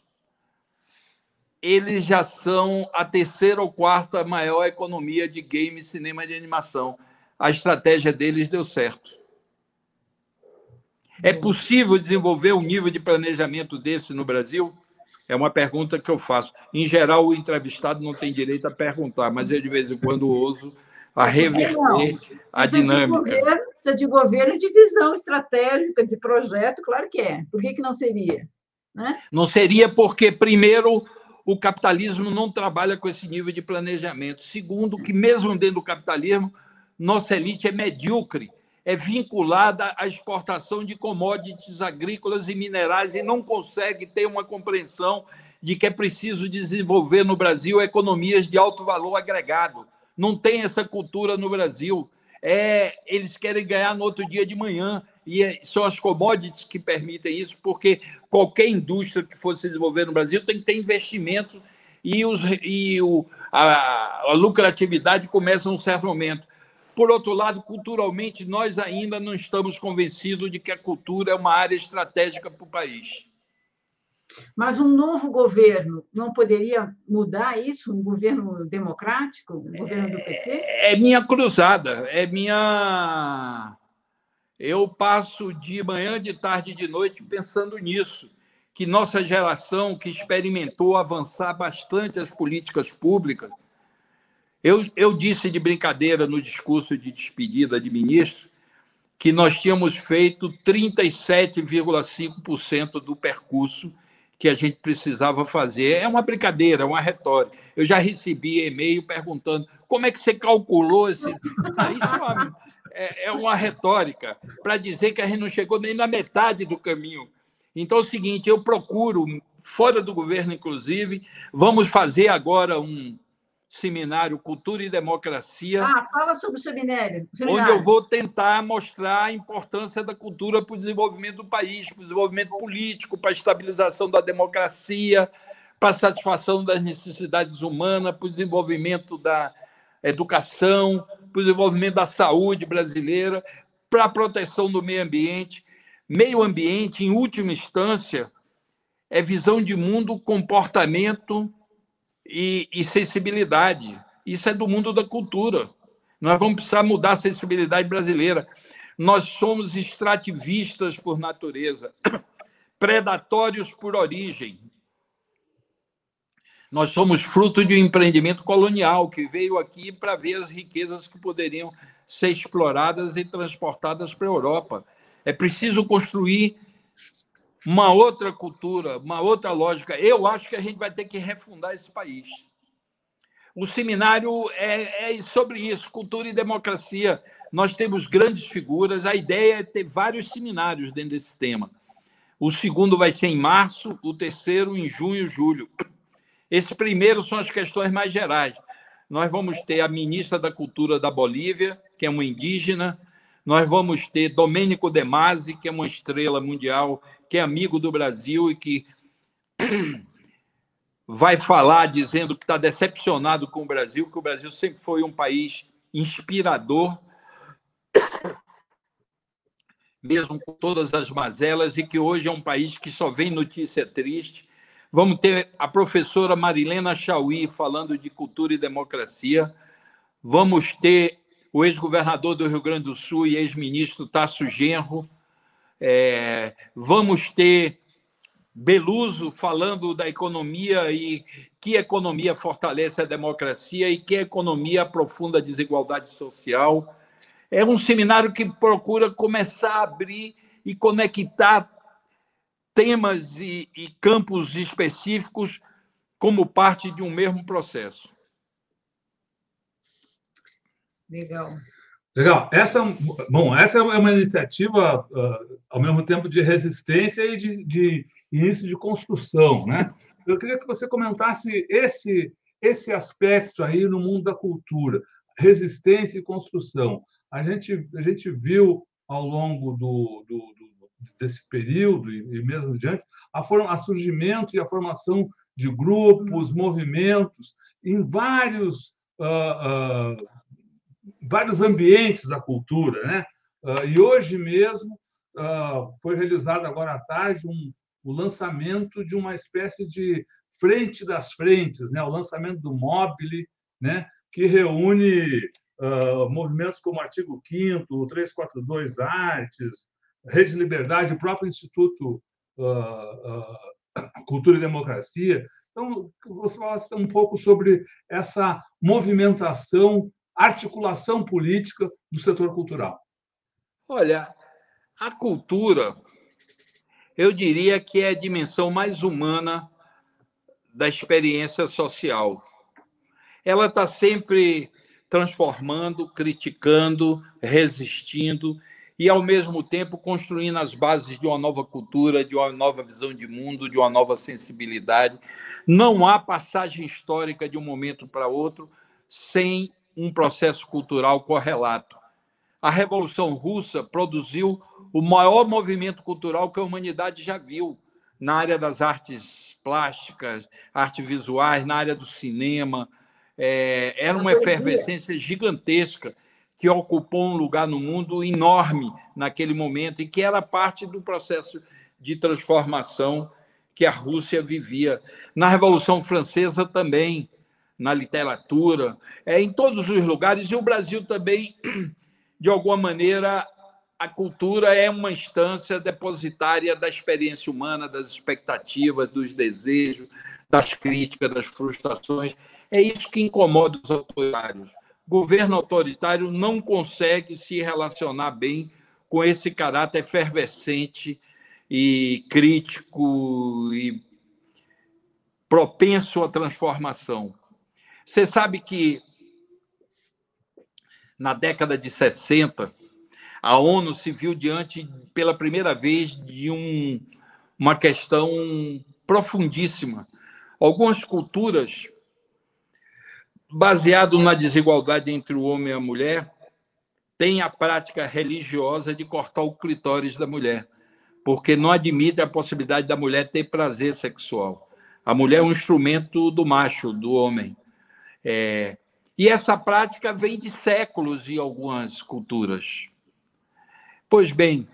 eles já são a 3ª ou 4ª maior economia de game, cinema de animação. A estratégia deles deu certo. É possível desenvolver um nível de planejamento desse no Brasil? É uma pergunta que eu faço. Em geral, o entrevistado não tem direito a perguntar, mas eu, de vez em quando, ouso a reverter a dinâmica. Precisa de governo, de visão estratégica, de projeto, claro que é. Por que não seria? Né? Não seria porque, primeiro, o capitalismo não trabalha com esse nível de planejamento. Segundo, que mesmo dentro do capitalismo, nossa elite é medíocre, é vinculada à exportação de commodities agrícolas e minerais e não consegue ter uma compreensão de que é preciso desenvolver no Brasil economias de alto valor agregado. Não tem essa cultura no Brasil. Eles querem ganhar no outro dia de manhã, e são as commodities que permitem isso, porque qualquer indústria que fosse desenvolver no Brasil tem que ter investimento e a lucratividade começa em um certo momento. Por outro lado, culturalmente, nós ainda não estamos convencidos de que a cultura é uma área estratégica para o país. Mas um novo governo não poderia mudar isso? Um governo democrático? Um governo do PT? É minha cruzada, Eu passo de manhã, de tarde e de noite pensando nisso, que nossa geração, que experimentou avançar bastante as políticas públicas. Eu disse de brincadeira no discurso de despedida de ministro que nós tínhamos feito 37,5% do percurso que a gente precisava fazer. É uma brincadeira, é uma retórica. Eu já recebi e-mail perguntando como é que você calculou esse... Isso é uma retórica para dizer que a gente não chegou nem na metade do caminho. Então, é o seguinte, eu procuro, fora do governo, inclusive, vamos fazer agora um seminário Cultura e Democracia. Fala sobre o seminário. Onde eu vou tentar mostrar a importância da cultura para o desenvolvimento do país, para o desenvolvimento político, para a estabilização da democracia, para a satisfação das necessidades humanas, para o desenvolvimento da educação, para o desenvolvimento da saúde brasileira, para a proteção do meio ambiente. Meio ambiente, em última instância, é visão de mundo, comportamento e sensibilidade. Isso é do mundo da cultura. Nós vamos precisar mudar a sensibilidade brasileira. Nós somos extrativistas por natureza, predatórios por origem. Nós somos fruto de um empreendimento colonial que veio aqui para ver as riquezas que poderiam ser exploradas e transportadas para a Europa. É preciso construir uma outra cultura, uma outra lógica. Eu acho que a gente vai ter que refundar esse país. O seminário é sobre isso, cultura e democracia. Nós temos grandes figuras, a ideia é ter vários seminários dentro desse tema. O segundo vai ser em março, o terceiro em junho e julho. Esse primeiro são as questões mais gerais. Nós vamos ter a ministra da Cultura da Bolívia, que é uma indígena. Nós vamos ter Domênico De Masi, que é uma estrela mundial, que é amigo do Brasil e que vai falar dizendo que está decepcionado com o Brasil, que o Brasil sempre foi um país inspirador, mesmo com todas as mazelas, e que hoje é um país que só vem notícia triste. Vamos ter a professora Marilena Chauí falando de cultura e democracia. Vamos ter o ex-governador do Rio Grande do Sul e ex-ministro Tasso Genro. Vamos ter Beluso falando da economia e que economia fortalece a democracia e que economia aprofunda a desigualdade social. É um seminário que procura começar a abrir e conectar temas e campos específicos como parte de um mesmo processo. Legal. Legal. Essa é uma iniciativa, ao mesmo tempo, de resistência e de início de construção, né? Eu queria que você comentasse esse aspecto aí no mundo da cultura, resistência e construção. A gente viu ao longo desse período e mesmo diante a surgimento e a formação de grupos, movimentos em vários ambientes da cultura, né? E hoje mesmo foi realizado agora à tarde o lançamento de uma espécie de frente das frentes, né? O lançamento do Mobile, né? Que reúne movimentos como Artigo 5º, 342 Artes, Rede Liberdade, o próprio Instituto Cultura e Democracia. Então, você falasse um pouco sobre essa movimentação, articulação política do setor cultural. Olha, a cultura, eu diria que é a dimensão mais humana da experiência social. Ela está sempre transformando, criticando, resistindo e, ao mesmo tempo, construindo as bases de uma nova cultura, de uma nova visão de mundo, de uma nova sensibilidade. Não há passagem histórica de um momento para outro sem um processo cultural correlato. A Revolução Russa produziu o maior movimento cultural que a humanidade já viu, na área das artes plásticas, artes visuais, na área do cinema. Era uma efervescência gigantesca que ocupou um lugar no mundo enorme naquele momento e que era parte do processo de transformação que a Rússia vivia. Na Revolução Francesa também, na literatura, em todos os lugares, e o Brasil também, de alguma maneira, a cultura é uma instância depositária da experiência humana, das expectativas, dos desejos, das críticas, das frustrações. É isso que incomoda os autoritários. O governo autoritário não consegue se relacionar bem com esse caráter efervescente e crítico e propenso à transformação. Você sabe que, na década de 60, a ONU se viu diante, pela primeira vez, de uma questão profundíssima. Algumas culturas, baseado na desigualdade entre o homem e a mulher, têm a prática religiosa de cortar o clitóris da mulher, porque não admite a possibilidade da mulher ter prazer sexual. A mulher é um instrumento do macho, do homem. E essa prática vem de séculos em algumas culturas. Pois bem,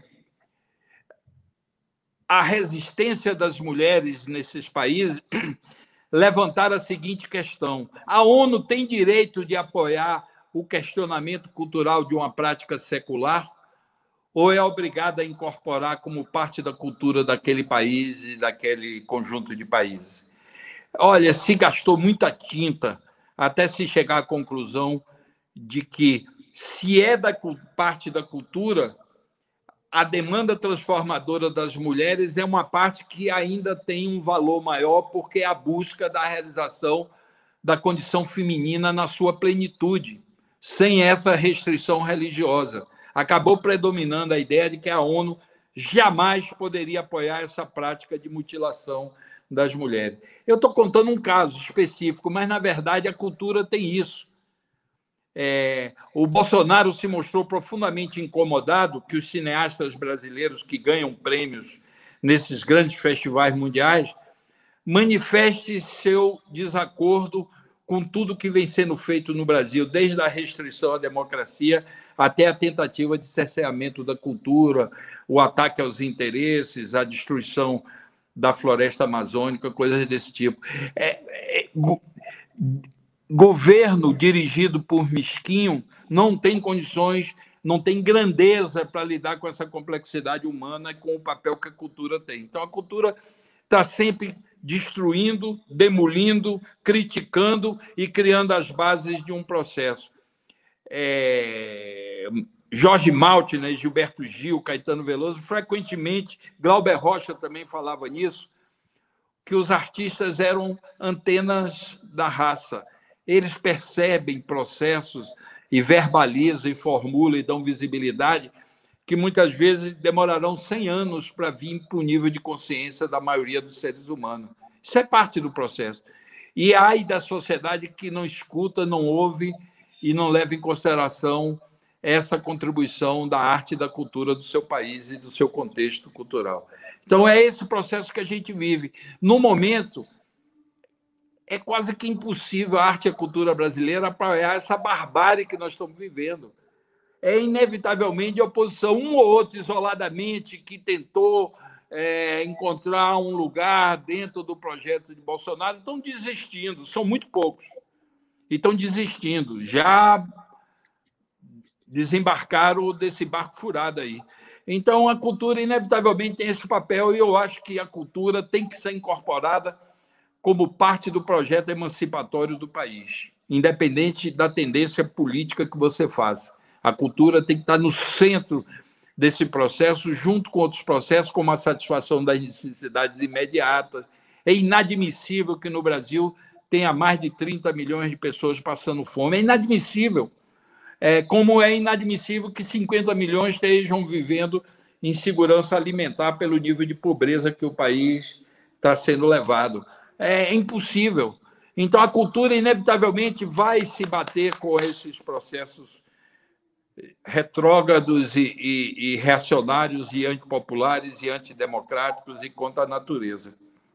a resistência das mulheres nesses países levantaram a seguinte questão: a ONU tem direito de apoiar o questionamento cultural de uma prática secular ou é obrigada a incorporar como parte da cultura daquele país e daquele conjunto de países? Olha, se gastou muita tinta até se chegar à conclusão de que, se é parte da cultura, a demanda transformadora das mulheres é uma parte que ainda tem um valor maior, porque é a busca da realização da condição feminina na sua plenitude, sem essa restrição religiosa. Acabou predominando a ideia de que a ONU jamais poderia apoiar essa prática de mutilação das mulheres. Eu estou contando um caso específico, mas, na verdade, a cultura tem isso. O Bolsonaro se mostrou profundamente incomodado que os cineastas brasileiros que ganham prêmios nesses grandes festivais mundiais manifestem seu desacordo com tudo que vem sendo feito no Brasil, desde a restrição à democracia até a tentativa de cerceamento da cultura, o ataque aos interesses, a destruição da floresta amazônica, coisas desse tipo. Governo dirigido por mesquinho não tem condições, não tem grandeza para lidar com essa complexidade humana e com o papel que a cultura tem. Então, a cultura está sempre destruindo, demolindo, criticando e criando as bases de um processo. Jorge Maltner, Gilberto Gil, Caetano Veloso, frequentemente, Glauber Rocha também falava nisso, que os artistas eram antenas da raça. Eles percebem processos e verbalizam e formulam e dão visibilidade que muitas vezes demorarão 100 anos para vir para o nível de consciência da maioria dos seres humanos. Isso é parte do processo. E ai da sociedade que não escuta, não ouve e não leva em consideração essa contribuição da arte e da cultura do seu país e do seu contexto cultural. Então, é esse processo que a gente vive. No momento, é quase que impossível a arte e a cultura brasileira apoiar essa barbárie que nós estamos vivendo. É inevitavelmente de oposição, um ou outro isoladamente que tentou encontrar um lugar dentro do projeto de Bolsonaro, estão desistindo, são muito poucos, e estão desistindo, já desembarcaram desse barco furado aí. Então, a cultura, inevitavelmente, tem esse papel, e eu acho que a cultura tem que ser incorporada como parte do projeto emancipatório do país, independente da tendência política que você faça. A cultura tem que estar no centro desse processo, junto com outros processos, como a satisfação das necessidades imediatas. É inadmissível que no Brasil tenha mais de 30 milhões de pessoas passando fome. É inadmissível. Como é inadmissível que 50 milhões estejam vivendo em segurança alimentar pelo nível de pobreza que o país está sendo levado. É impossível. Então, a cultura, inevitavelmente, vai se bater com esses processos retrógrados e reacionários e antipopulares e antidemocráticos e contra a natureza.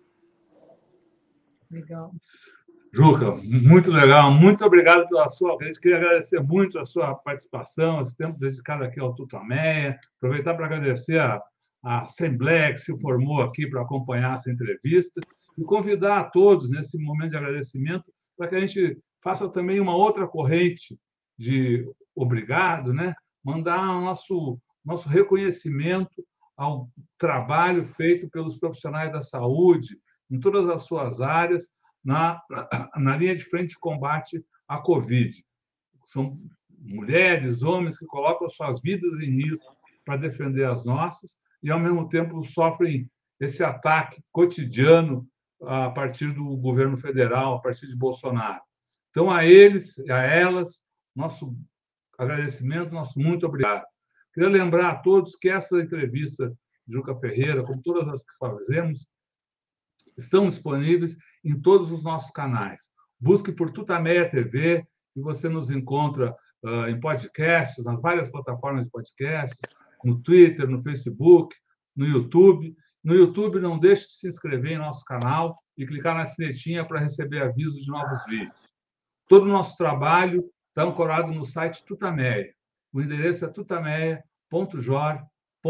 Legal. Juca, muito legal, muito obrigado pela sua vez. Queria agradecer muito a sua participação, esse tempo dedicado aqui ao Tutameia. Aproveitar para agradecer a Assembleia que se formou aqui para acompanhar essa entrevista e convidar a todos, nesse momento de agradecimento, para que a gente faça também uma outra corrente de obrigado, né? Mandar nosso reconhecimento ao trabalho feito pelos profissionais da saúde, em todas as suas áreas, na linha de frente de combate à Covid. São mulheres, homens que colocam suas vidas em risco para defender as nossas e, ao mesmo tempo, sofrem esse ataque cotidiano a partir do governo federal, a partir de Bolsonaro. Então, a eles e a elas, nosso agradecimento, nosso muito obrigado. Queria lembrar a todos que essa entrevista de Juca Ferreira, como todas as que fazemos, estão disponíveis em todos os nossos canais. Busque por Tutameia TV e você nos encontra em podcasts, nas várias plataformas de podcasts, no Twitter, no Facebook, no YouTube. No YouTube, não deixe de se inscrever em nosso canal e clicar na sinetinha para receber avisos de novos vídeos. Todo o nosso trabalho está ancorado no site Tutameia. O endereço é tutameia.jor.br.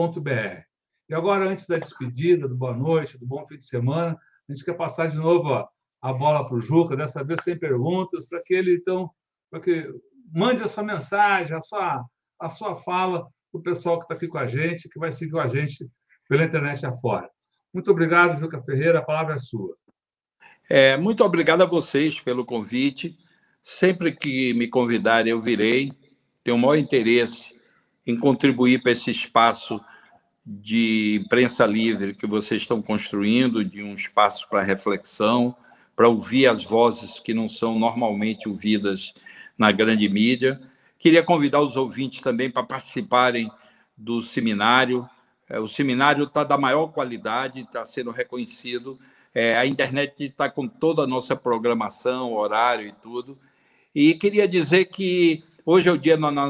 E agora, antes da despedida, do boa noite, do bom fim de semana, a gente quer passar de novo a bola para o Juca, dessa vez sem perguntas, para que ele, então, mande a sua mensagem, a sua fala para o pessoal que está aqui com a gente, que vai seguir com a gente pela internet afora. Muito obrigado, Juca Ferreira, a palavra é sua. Muito obrigado a vocês pelo convite. Sempre que me convidarem, eu virei. Tenho o maior interesse em contribuir para esse espaço de imprensa livre que vocês estão construindo, de um espaço para reflexão, para ouvir as vozes que não são normalmente ouvidas na grande mídia. Queria convidar os ouvintes também para participarem do seminário. O seminário está da maior qualidade, está sendo reconhecido. A internet está com toda a nossa programação, horário e tudo. E queria dizer que hoje é o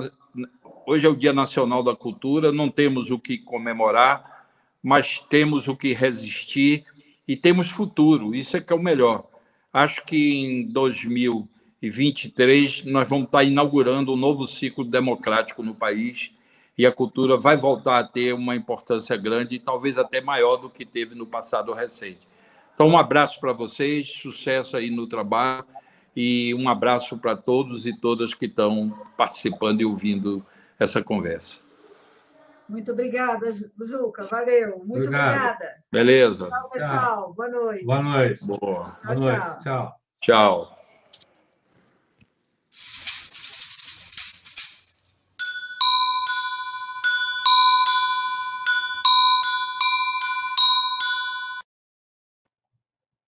Dia Nacional da Cultura, não temos o que comemorar, mas temos o que resistir e temos futuro, isso é que é o melhor. Acho que em 2023 nós vamos estar inaugurando um novo ciclo democrático no país e a cultura vai voltar a ter uma importância grande e talvez até maior do que teve no passado recente. Então, um abraço para vocês, sucesso aí no trabalho e um abraço para todos e todas que estão participando e ouvindo essa conversa. Muito obrigada, Juca. Valeu. Muito obrigada. Beleza. Tchau, pessoal. Boa noite. Boa noite. Boa. Boa noite. Tchau. Tchau.